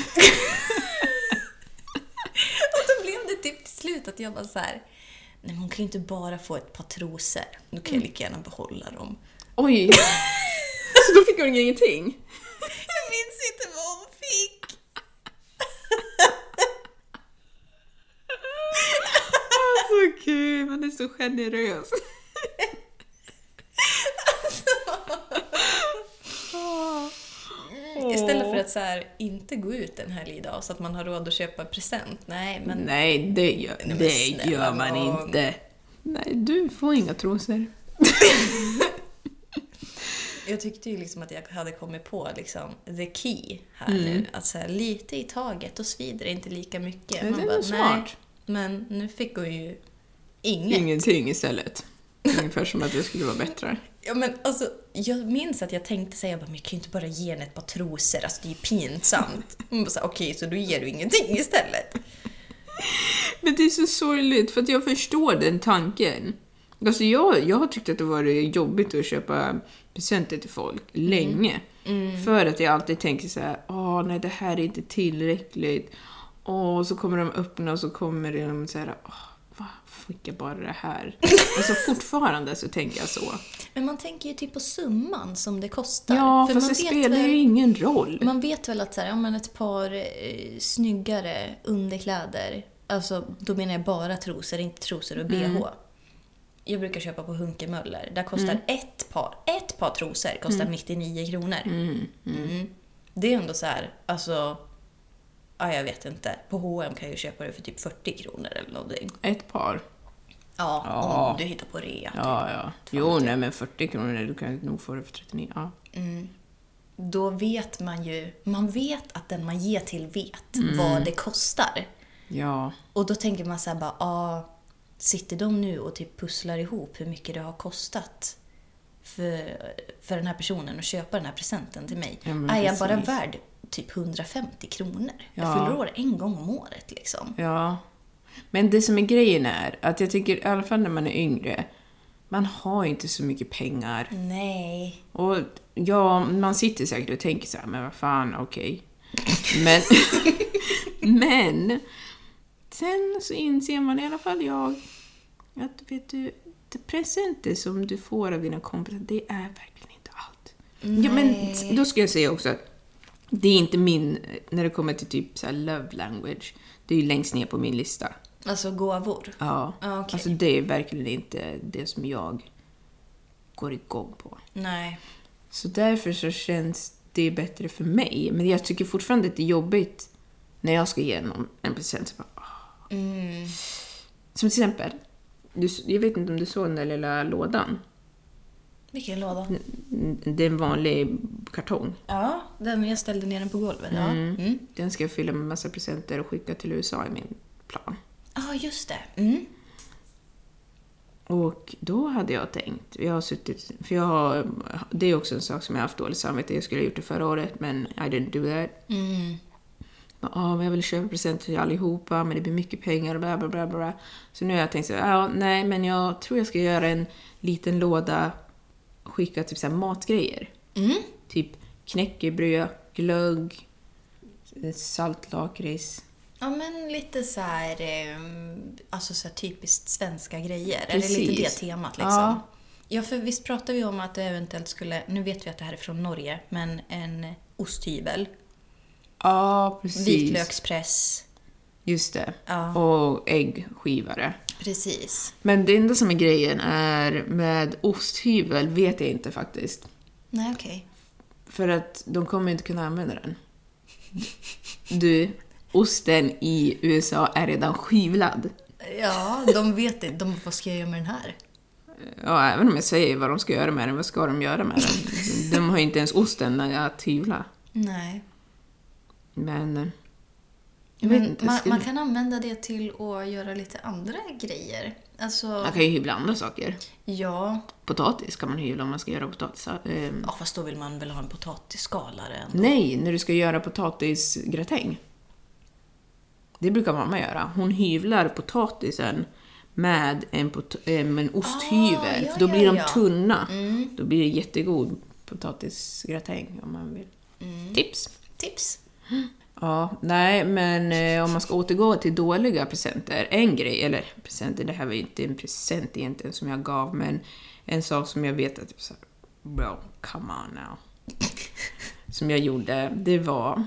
Och då blev det typ till slut att jag var så här, nej men hon kan ju inte bara få ett par trosor. Då kan jag lika gärna behålla dem. Oj! Så då fick hon ingenting? Jag minns inte vad hon fick. Så kul, man är så generös. Istället för att så här, inte gå ut en helg idag så att man har råd att köpa present. Nej, men Nej, det gör, Nej, men det snälla gör man nån. inte. Nej, du får inga trosor. jag tyckte ju liksom att jag hade kommit på liksom the key här nu. Att så här, lite i taget och svider inte lika mycket. Men det är bara, nog smart. men nu fick hon ju inget. Ingenting istället. Ungefär som att det skulle vara bättre. Ja, men alltså, jag minns att jag tänkte säga, jag bara, men jag kan ju inte bara ge henne ett par trosor, alltså det är ju pinsamt. Hon bara, okej, så då ger du ingenting istället. Men det är så sorgligt, för att jag förstår den tanken. Alltså jag, jag har tyckt att det var jobbigt att köpa presenter till folk länge. Mm. För att jag alltid tänker så här, åh nej, det här är inte tillräckligt. Och så kommer de öppna och så kommer de så här, åh, vad fick jag bara det här? Alltså fortfarande så tänker jag så. Men man tänker ju typ på summan som det kostar. Ja, För fast man det vet spelar väl, ju ingen roll. Man vet väl att så här, ja, men ett par eh, snyggare underkläder, alltså då menar jag bara trosor, inte trosor och B H. Mm. Jag brukar köpa på Hunkemöller. Där kostar mm. ett par ett par trosor kostar mm. nittionio kronor. Mm. Mm. Mm. Det är ändå så här, alltså, ja, jag vet inte. På H och M kan jag ju köpa det för typ fyrtio kronor eller någonting. Ett par. Ja, Ja. om du hittar på rea. Typ. Ja, ja. Jo, nej, men fyrtio kronor, du kan nog få det för trettionio. Ja. Mm. Då vet man ju, man vet att den man ger till vet Mm. vad det kostar. Ja. Och då tänker man så här bara, ah, sitter de nu och typ pusslar ihop hur mycket det har kostat för, för den här personen att köpa den här presenten till mig? Ja, men är jag bara precis. värd typ hundrafemtio kronor? Ja. Jag fyller år en gång om året liksom. Ja. Men det som är grejen är att jag tycker, i alla fall när man är yngre, man har inte så mycket pengar. Nej. Och ja, man sitter säkert och tänker så här, men vad fan, okej. Men, men sen så inser man, i alla fall jag, att vet du, det presenter som du får av dina kompisar, det är verkligen inte allt. Ja, men då ska jag säga också att det är inte min, när det kommer till typ så här love language, det är ju längst ner på min lista. Alltså gåvor? Ja, Ah, okay. Alltså det är verkligen inte det som jag går igång på. Nej. Så därför så känns det bättre för mig. Men jag tycker fortfarande att det är jobbigt när jag ska ge någon en present. Så bara, åh. Mm. Som till exempel, du, jag vet inte om du såg den där lilla lådan. Vilken låda? Det är en vanlig kartong. Ja, den jag ställde ner den på golvet. Ja. Mm. Mm. Den ska jag fylla med massa presenter och skicka till U S A i min plan. Ja, just det. Mm. Och då hade jag tänkt, jag har suttit, för jag har, det är också en sak som jag har haft dåligt samvete, jag skulle ha gjort det förra året, men I didn't do that. Mm. Ja, men jag vill köpa presenter till allihopa, men det blir mycket pengar och bla bla bla bla. Så nu har jag tänkt så här, ja, nej, men jag tror jag ska göra en liten låda, skicka typ så här matgrejer. Mm. Typ knäckebröd, glögg, saltlakrits. Ja, men lite så här, eh, alltså så här typiskt svenska grejer. Precis. Är det lite det temat liksom? Ja. Ja, för visst pratar vi om att det eventuellt skulle, nu vet vi att det här är från Norge, men en osthyvel. Ja, precis. Vitlökspress. Just det. Ja. Och äggskivare. Precis. Men det enda som är grejen är med osthyvel vet jag inte faktiskt. Nej, okej. Okay. För att de kommer inte kunna använda den. Du, osten i U S A är redan skyvlad. Ja, de vet inte. De, vad ska jag göra med den här? Ja, även om jag säger vad de ska göra med den, vad ska de göra med den? De har ju inte ens osten att hyvla. Nej. Men... Jag vet Men inte, man, skulle... man kan använda det till att göra lite andra grejer. Alltså, man kan ju hyvla andra saker. Ja. Potatis kan man hyvla om man ska göra potatis. Ähm... Ja, fast då vill man väl ha en potatisskalare ändå. Nej, när du ska göra potatisgratäng. Det brukar mamma göra. Hon hyvlar potatisen med en, pot- äh, med en osthyvel. Ah, ja, för då blir ja, de ja. tunna. Mm. Då blir det jättegod potatisgratäng om man vill. Mm. Tips. Tips. Ja, nej, men eh, om man ska återgå till dåliga presenter. En grej, eller presenter, det här var ju inte en present egentligen som jag gav. Men en sak som jag vet att, typ så här, bro, come on now. Som jag gjorde, det var...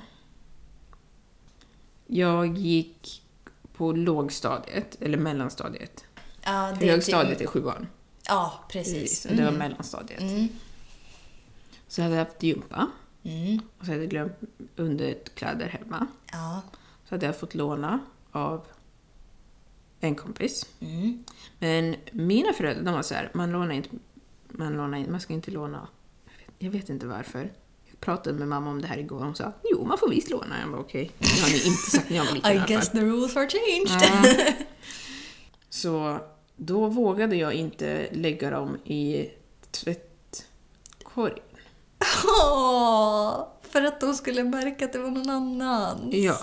Jag gick på lågstadiet, eller mellanstadiet. Ja, det Högstadiet det... är sjuan. Ja, precis. Mm. Det var mellanstadiet. Mm. Så hade jag haft gympa. Mm. Och så hade jag glömt underkläder hemma. Ja. Så hade jag fått låna av en kompis. Mm. Men mina föräldrar, de var så här, man lånar inte, man lånar inte, man ska inte låna. Jag vet, jag vet inte varför. Jag pratade med mamma om det här igår och hon sa, jo, man får visst låna. Jag bara, okej. Okay. Det har ni inte sagt när jag var liten. I guess the rules are changed. Ja. Så då vågade jag inte lägga dem i tvättkorgen. Åh, för att de skulle märka att det var någon annan. Ja.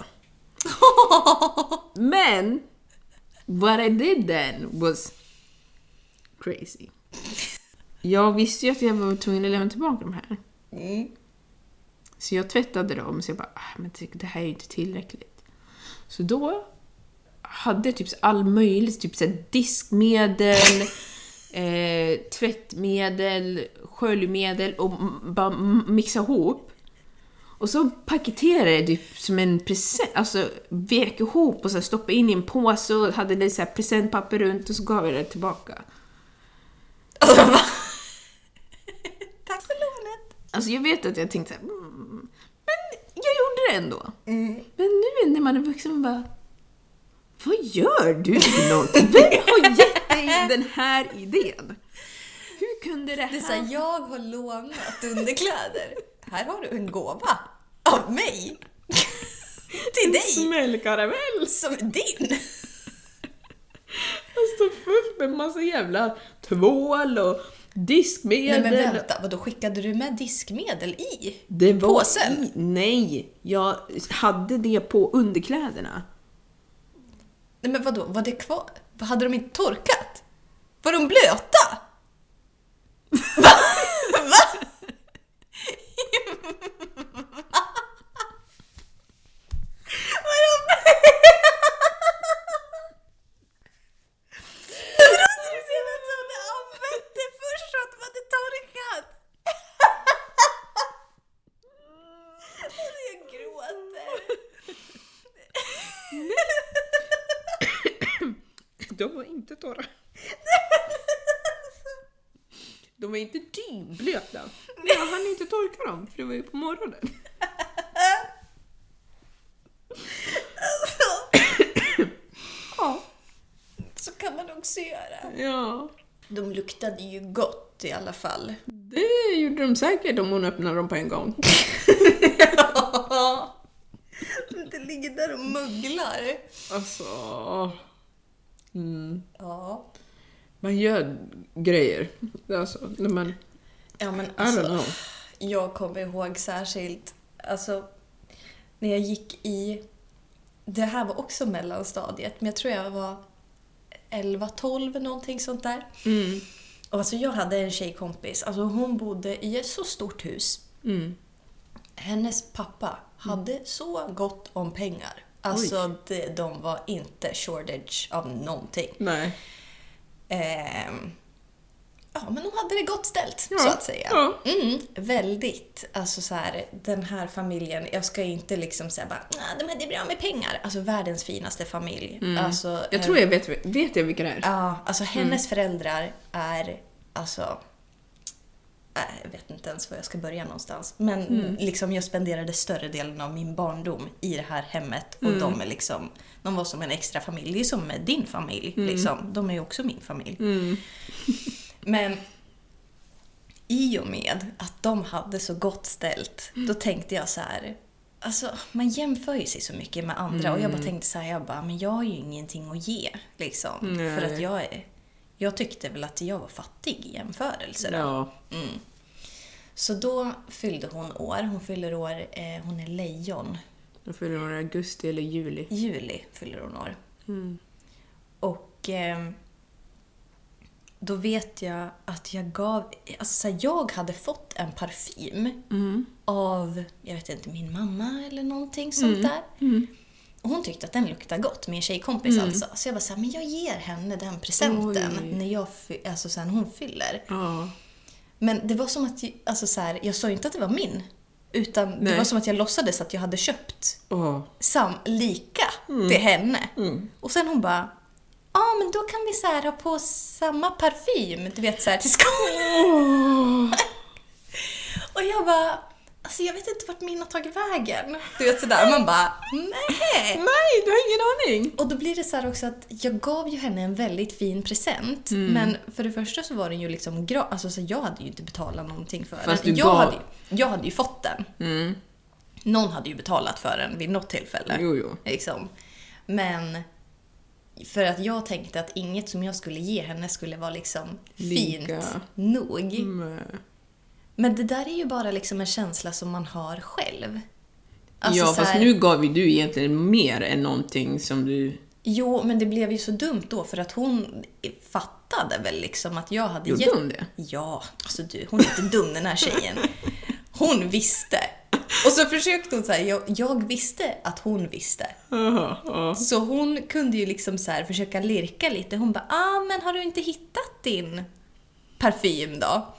Men what I did then was crazy. Jag visste ju att jag var tvungen att lämna tillbaka de här. Mm. Så jag tvättade dem. Så jag bara, ah, men det här är ju inte tillräckligt. Så då hade jag typ all möjligt. Typ så här diskmedel, eh, tvättmedel, sköljmedel. Och bara mixa ihop. Och så paketerade jag typ som en present. Alltså vek ihop och så stoppade in i en påse. Och hade det så här presentpapper runt. Och så gav jag det tillbaka. Tack för lånet. Alltså jag vet att jag tänkte så här, mm, men jag gjorde det ändå. Mm. Men nu när man är vuxen man bara, vad gör du för någonting? Vem har gett dig den här idén? Hur kunde det här? Det är så här, jag har lånat underkläder. Här har du en gåva av mig till dig. Smällkaramell som är din. Jag står fullt med massa jävla tvål och diskmedel. Nej men vänta, vadå, skickade du med diskmedel i det var påsen? I, nej, jag hade det på underkläderna. Nej men vadå, var det kvar? Hade de inte torkat? Var de blöta? Va? Va? De var inte torra. De var inte dynblöta. Jag hann inte torka dem, för det var ju på morgonen. Ja, så kan man också göra. Ja. De luktade ju gott i alla fall. Det gjorde de säkert om hon öppnade dem på en gång. Ja. Det ligger där och mugglar. Alltså... Mm. Ja. Man gör grejer. Alltså, när man... Ja, men I alltså, don't know. jag kommer ihåg särskilt, alltså, när jag gick i, det här var också mellanstadiet, men jag tror jag var elva tolv, någonting sånt där. Mm. Och alltså jag hade en tjejkompis, alltså hon bodde i ett så stort hus. Mm. hennes pappa hade mm. så gott om pengar. Alltså de, de var inte shortage av någonting. Nej. Eh, ja, men de hade det gott ställt, ja. så att säga. Ja. Mm, väldigt. Alltså så här, den här familjen, jag ska inte liksom säga bara, nej, de hade bra med pengar. Alltså världens finaste familj. Mm. Alltså, jag tror jag vet, vet jag vilka det är. Ja, alltså hennes mm. föräldrar är, alltså... Jag vet inte ens var jag ska börja någonstans. Men mm. liksom jag spenderade större delen av min barndom i det här hemmet. Och mm. de är liksom, de var som en extra familj. Det är som med din familj. Mm. Liksom. De är ju också min familj. Mm. Men i och med att de hade så gott ställt, då tänkte jag så här. Alltså, man jämför ju sig så mycket med andra. Mm. Och jag bara tänkte så här, jag bara, men jag har ju ingenting att ge. Liksom. Mm. För att jag är... Jag tyckte väl att jag var fattig i jämförelse. Ja. Mm. Så då fyllde hon år. Hon fyller år, eh, hon är lejon. Då fyller hon augusti eller juli. Juli fyller hon år. Mm. Och eh, då vet jag att jag gav... Alltså jag hade fått en parfym mm. av, jag vet inte, min mamma eller någonting sånt mm. där. Mm. Och hon tyckte att den luktade gott med en tjejkompis mm. alltså. Så jag bara så här, men jag ger henne den presenten Oj. när jag alltså sen hon fyller. Ja. Men det var som att alltså så här, jag sa inte att det var min, utan Nej. det var som att jag låtsades att jag hade köpt oh. sam lika mm. till henne. Mm. Och sen hon bara, ja ah, men då kan vi så här ha på samma parfym, du vet så här till skolan. Oh. Och jag bara, alltså jag vet inte vart min har tagit vägen. Du vet sådär, man bara, nej. Nej, du har ingen aning. Och då blir det så här också att jag gav ju henne en väldigt fin present. Mm. Men för det första så var den ju liksom gra- alltså så jag hade ju inte betalat någonting för Fast den. Du jag, gav... hade ju, jag hade ju fått den. Mm. Någon hade ju betalat för den vid något tillfälle. Jo, jo. Liksom. Men för att jag tänkte att inget som jag skulle ge henne skulle vara liksom fint Lika. nog. Mm. Men det där är ju bara liksom en känsla som man har själv. Alltså ja, så fast här... nu gav ju du egentligen mer än någonting som du... Jo, men det blev ju så dumt då för att hon fattade väl liksom att jag hade... Gjorde gett... hon det? Ja, alltså du, hon är inte dum den här tjejen. Hon visste. Och så försökte hon så här, jag, jag visste att hon visste. Aha, aha. Så hon kunde ju liksom så här försöka lirka lite. Hon bara, ah men har du inte hittat din parfym då?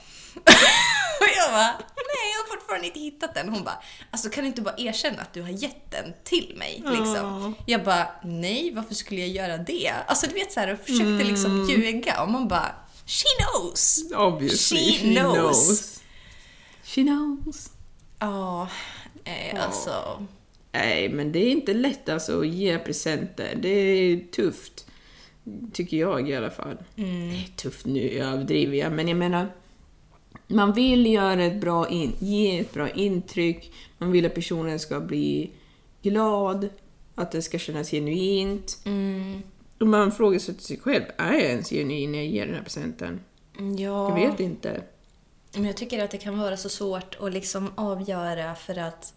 Och jag bara, nej jag har fortfarande inte hittat den. Hon bara, alltså kan du inte bara erkänna att du har gett den till mig liksom? Oh. Jag bara, nej varför skulle jag göra det? Alltså du vet så här, och försökte mm. liksom ljuga. Och man bara, she knows. Obviously, she, she knows. knows. She knows. Ja, eh, oh. alltså. Nej, men det är inte lätt alltså att ge presenter. Det är tufft. Tycker jag i alla fall. Mm. Det är tufft nu, överdriver jag. Men jag menar, man vill göra ett bra in, ge ett bra intryck. Man vill att personen ska bli glad. Att det ska kännas genuint. Mm. Och man frågar sig till sig själv, är jag ens genuin när jag ger den här presenten? Ja. Jag vet inte. Men jag tycker att det kan vara så svårt att liksom avgöra för att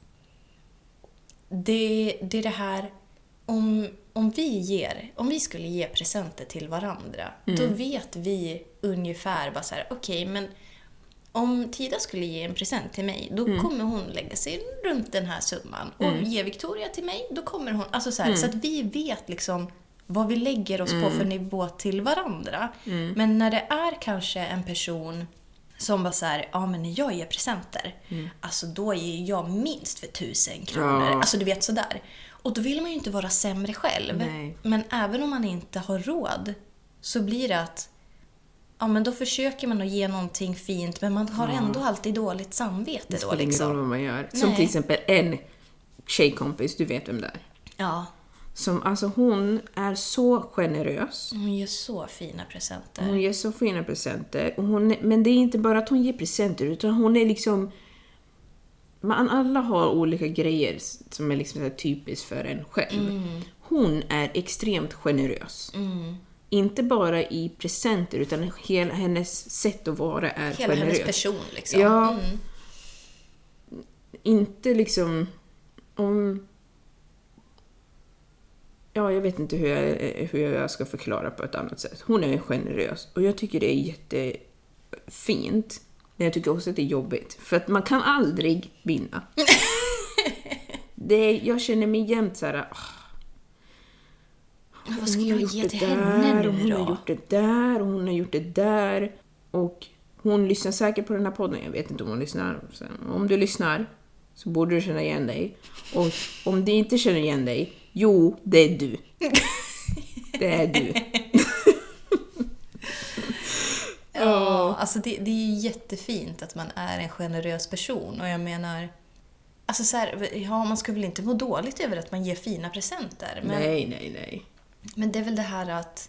det, det är det här, om, om vi ger, om vi skulle ge presenter till varandra, mm. då vet vi ungefär bara så här, okej, okay, men om Tida skulle ge en present till mig, då mm. kommer hon lägga sig runt den här summan. Mm. Och ge Victoria till mig, då kommer hon, alltså så här, mm. så att vi vet liksom vad vi lägger oss mm. på för nivå till varandra. Mm. Men när det är kanske en person som bara så här, ja men när jag ger presenter, mm. alltså då ger jag minst för tusen kronor. Ja. Alltså du vet sådär. Och då vill man ju inte vara sämre själv. Nej. Men även om man inte har råd så blir det att, ja men då försöker man att ge någonting fint, men man har ja. ändå alltid dåligt samvete då liksom. Det spelar ingen roll vad man gör. Som Nej. till exempel en tjejkompis, du vet vem det är. Ja. Som, alltså hon är så generös. Hon ger så fina presenter. Hon ger så fina presenter. Och hon, men det är inte bara att hon ger presenter, utan hon är liksom... Man, alla har olika grejer som är liksom så här typiskt för en själv. Mm. Hon är extremt generös. Mm. Inte bara i presenter, utan hela hennes sätt att vara är hela generös. Hela hennes person liksom. Ja. Mm. Inte liksom... om Ja, jag vet inte hur jag, hur jag ska förklara på ett annat sätt. Hon är generös. Och jag tycker det är jättefint. Men jag tycker också att det är jobbigt. För att man kan aldrig vinna. det, jag känner mig jämt så här. Oh, Vad ska jag ge till där, henne nu hon då? har gjort det där och hon har gjort det där. Och hon lyssnar säkert på den här podden. Jag vet inte om hon lyssnar. Så om du lyssnar så borde du känna igen dig. Och om du inte känner igen dig, jo, det är du. Det är du. Ja, alltså det, det är ju jättefint att man är en generös person. Och jag menar, alltså så här, ja, man ska väl inte må dåligt över att man ger fina presenter. Men, Nej, nej, nej. men det är väl det här att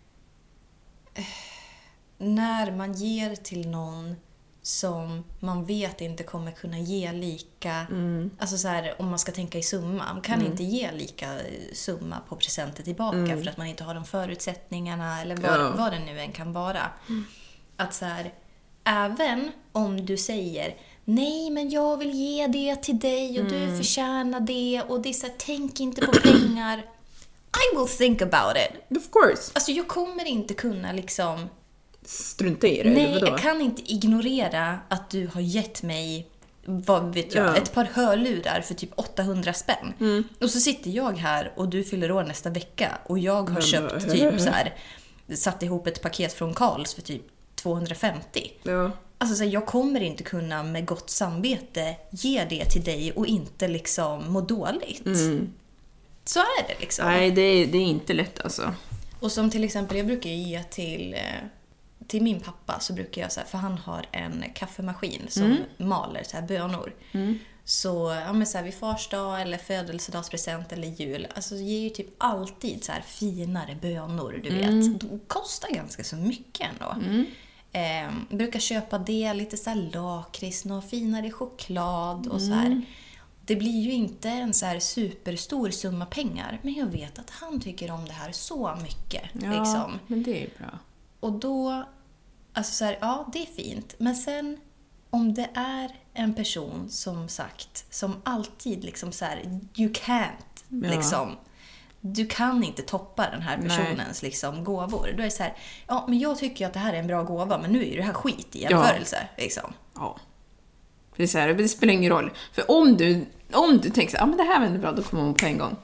eh, när man ger till någon som man vet inte kommer kunna ge lika, mm. alltså så här, om man ska tänka i summa, man kan mm. inte ge lika summa på presenter tillbaka mm. för att man inte har de förutsättningarna eller vad, ja. vad det nu än kan vara. Mm. Att så här, även om du säger nej, men jag vill ge det till dig och mm. du förtjänar det och det är så här, tänk inte på pengar. I will think about it. Of course. Alltså jag kommer inte kunna liksom strunta i det. Nej, jag kan inte ignorera att du har gett mig, vad vet jag, ja. ett par hörlurar för typ åttahundra spänn. Mm. Och så sitter jag här och du fyller år nästa vecka och jag har mm. köpt typ så här, satt ihop ett paket från Karls för typ tvåhundrafemtio. Ja. Alltså så här, jag kommer inte kunna med gott samvete ge det till dig och inte liksom må dåligt. Mm. Så är det liksom. Nej, det är, det är inte lätt alltså. Och som till exempel, jag brukar ge till till min pappa, så brukar jag så här, för han har en kaffemaskin som mm. maler så här bönor. Mm. Så, ja, men så här, vid fars dag eller födelsedagspresent eller jul, alltså ger ju typ alltid så här finare bönor, du mm. vet. De kostar ganska så mycket ändå. Mm. Eh, brukar köpa det, lite så här lakrits, någon finare choklad och mm. så här. Det blir ju inte en så här superstor summa pengar, men jag vet att han tycker om det här så mycket. Ja, liksom. Men det är bra. Och då, alltså så här, ja, det är fint. Men sen, om det är en person som sagt, som alltid liksom så här, you can't, ja. liksom. Du kan inte toppa den här personens liksom gåvor. Då är det så här, ja, men jag tycker att det här är en bra gåva, men nu är det här skit i jämförelse, ja. liksom. Ja. Det är så här, det spelar ingen roll. För om du, om du tänker så här, ja men det här var ändå bra, då kommer man på en gång.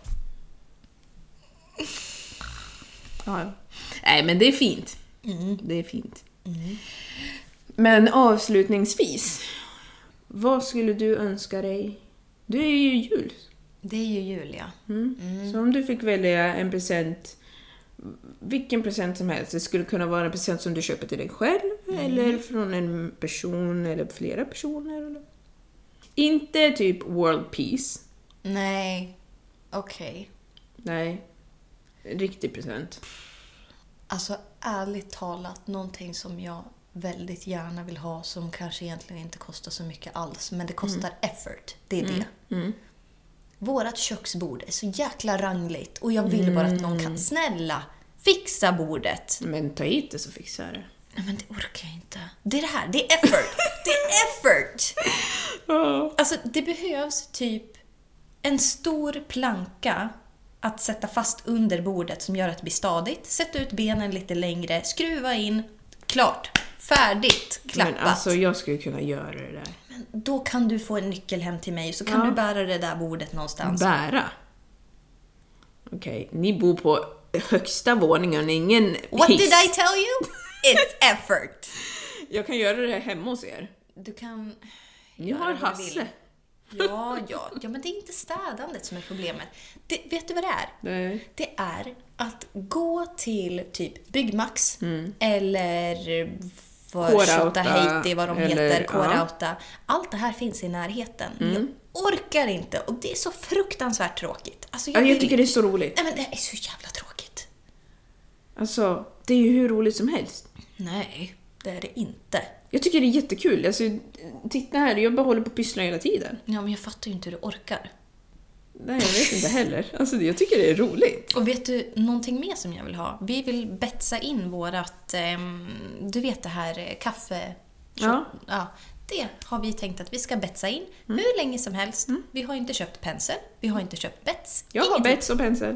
Ja, ja. Nej, men det är fint. Mm. Det är fint. Mm. Men avslutningsvis, vad skulle du önska dig? Du är ju jul. Det är ju jul, ja. Mm. Mm. Så om du fick välja en present, vilken present som helst, det skulle kunna vara en present som du köper till dig själv mm. eller från en person eller flera personer. Eller? Inte typ world peace. Nej, okej. Okay. Nej, riktig present. Alltså ärligt talat, någonting som jag väldigt gärna vill ha som kanske egentligen inte kostar så mycket alls, men det kostar mm. effort, det är mm. det. Mm. Vårat köksbord är så jäkla rangligt och jag vill mm. bara att någon kan, snälla, fixa bordet. Men ta hit det så fixar det. Nej, men det orkar jag inte. Det är det här, det är effort. Det är effort. Oh. Alltså det behövs typ en stor planka att sätta fast under bordet som gör att det blir stadigt. Sätta ut benen lite längre, skruva in, klart, färdigt, klappat. Men alltså jag skulle kunna göra det där. Men då kan du få en nyckel hem till mig så kan ja. du bära det där bordet någonstans. Bära? Okej, okay. Ni bor på högsta våningen, ingen What hiss. did I tell you? It's effort. Jag kan göra det hemma hos er. Du kan... Ni har Hasse. Ja, ja, ja, men det är inte städandet som är problemet. Det, vet du vad det är? Nej. Det är att gå till typ Byggmax mm. eller Kårauta, Heiti, vad de eller, heter, Kårauta. Ja. Allt det här finns i närheten. Mm. Jag orkar inte och det är så fruktansvärt tråkigt. Alltså, jag, ja, jag vill... tycker det är så roligt. Nej, men det är så jävla tråkigt. Alltså, det är ju hur roligt som helst. Nej, det är det inte. Jag tycker det är jättekul. Alltså, titta här, jag bara håller på att pyssla hela tiden. Ja, men jag fattar ju inte hur du orkar. Nej, jag vet inte heller. Alltså, jag tycker det är roligt. Och vet du, någonting mer som jag vill ha? Vi vill betsa in vårat, eh, du vet det här, kaffe... Ja. Ja. Det har vi tänkt att vi ska betsa in mm. hur länge som helst. Mm. Vi har inte köpt pensel, vi har inte köpt bets. Jag Ingenting. har bets och pensel.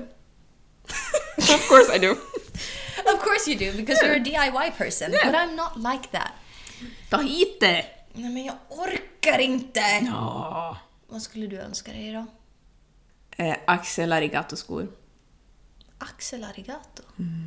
Of course I do. Of course you do, because you're a D I Y person. Yeah. But I'm not like that. Ta hit det! Nej, men jag orkar inte. Ja. Vad skulle du önska dig då? Eh, Axel Arigato-skor. Axel Arigato? Mm.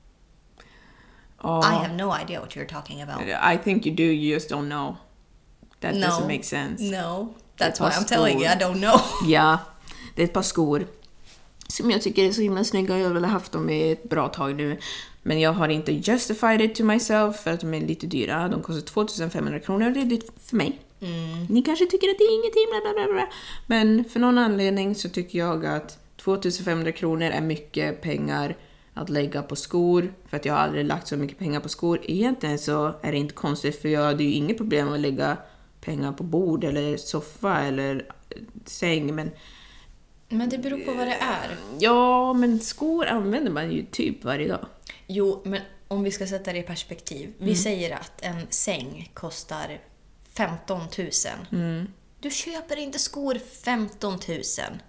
Oh, I have no idea what you're talking about. I think you do, you just don't know. That no. doesn't make sense. No, that's why I'm skor. telling you, I don't know. Ja, det är ett par skor som jag tycker är så himla snygga. Jag har väl haft dem i ett bra tag nu. Men jag har inte justified it to myself för att de är lite dyra. De kostar tvåtusen femhundra kronor och det är dyrt för mig. Mm. Ni kanske tycker att det är ingenting, bla bla bla. Men för någon anledning så tycker jag att tvåtusen femhundra kronor är mycket pengar att lägga på skor. För att jag har aldrig lagt så mycket pengar på skor. Egentligen så är det inte konstigt, för jag hade ju inget problem att lägga pengar på bord eller soffa eller säng. Men, men det beror på vad det är. Ja, men skor använder man ju typ varje dag. Jo, men om vi ska sätta det i perspektiv. Vi mm. säger att en säng kostar femton tusen. Mm. Du köper inte skor femton tusen.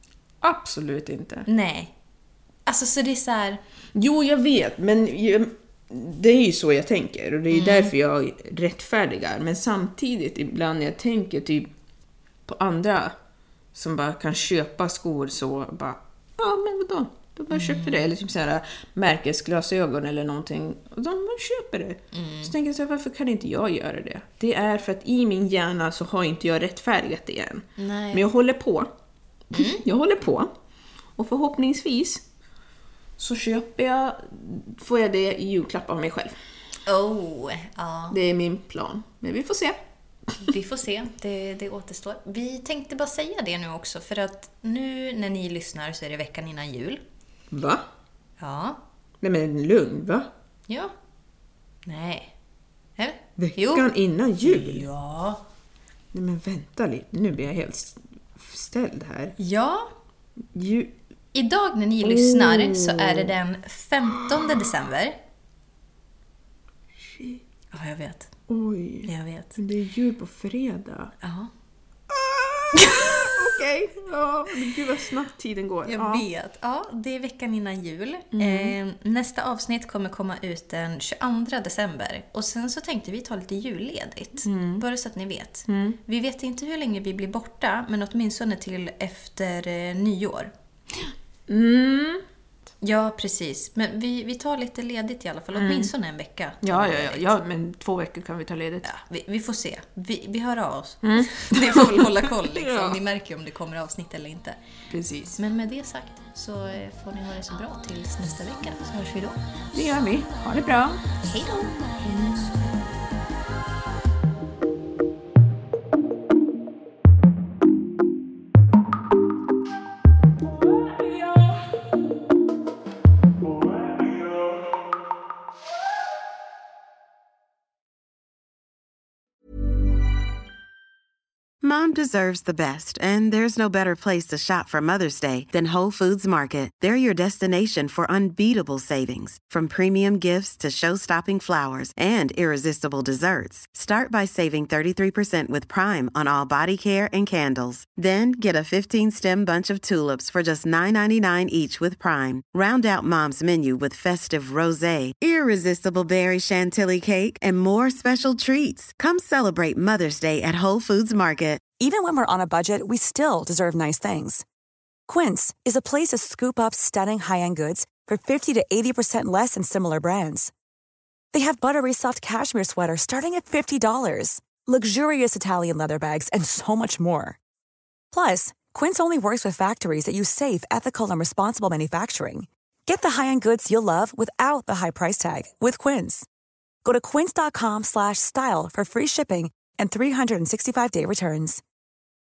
Absolut inte. Nej. Alltså så det är så här... Jo, jag vet, men jag, det är ju så jag tänker. Och det är mm. därför jag rättfärdigar. Men samtidigt, ibland när jag tänker typ på andra som bara kan köpa skor så bara, ja men vadå? Då bara mm. köper det. Eller typ så här märkesglasögon eller någonting. Och de bara köper det. Mm. Så tänker jag så här, varför kan inte jag göra det? Det är för att i min hjärna så har inte jag rättfärdigat det än. Nej. Men jag håller på. Mm. Jag håller på. Och förhoppningsvis så köper jag, får jag det i julklapp av mig själv. Oh, ja. Det är min plan. Men vi får se. Vi får se, det, det återstår. Vi tänkte bara säga det nu också. För att nu när ni lyssnar så är det veckan innan jul. Va? Ja. Nej men lugn, va? Ja. Nej. Eller? Veckan jo. innan jul? Ja. Nej men vänta lite, nu blir jag helt ställd här. Ja. Ju... Idag när ni oh. lyssnar så är det den femtonde december. Shit. Ja, jag vet. Oj. Jag vet. Det är jul på fredag. Ja. Ah, Okej. Okay. Ja, men gud vad snabbt tiden går. Jag ja. vet. Ja, det är veckan innan jul. Mm. Eh, nästa avsnitt kommer komma ut den tjugoandra december. Och sen så tänkte vi ta lite julledigt. Mm. Bara så att ni vet. Mm. Vi vet inte hur länge vi blir borta, men åtminstone till efter eh, nyår. Mm. Ja, precis. Men vi, vi tar lite ledigt i alla fall. Mm. Åtminstone en vecka. Ja, ja, ja, ja, men två veckor kan vi ta ledigt. Ja, vi, vi får se. Vi, vi hör av oss. Mm. Ni får väl hålla koll. Liksom. Ja. Ni märker om det kommer avsnitt eller inte. Precis. Men med det sagt så får ni ha det så bra tills nästa vecka. Så hörs vi då. Det gör vi. Ha det bra. Hej då. Mom deserves the best, and there's no better place to shop for Mother's Day than Whole Foods Market. They're your destination for unbeatable savings, from premium gifts to show-stopping flowers and irresistible desserts. Start by saving thirty-three percent with Prime on all body care and candles. Then get a fifteen-stem bunch of tulips for just nine ninety-nine each with Prime. Round out Mom's menu with festive rosé, irresistible berry chantilly cake, and more special treats. Come celebrate Mother's Day at Whole Foods Market. Even when we're on a budget, we still deserve nice things. Quince is a place to scoop up stunning high-end goods for fifty to eighty percent less than similar brands. They have buttery soft cashmere sweaters starting at fifty dollars, luxurious Italian leather bags, and so much more. Plus, Quince only works with factories that use safe, ethical, and responsible manufacturing. Get the high-end goods you'll love without the high price tag with Quince. Go to quince dot com slash style for free shipping and three sixty-five day returns.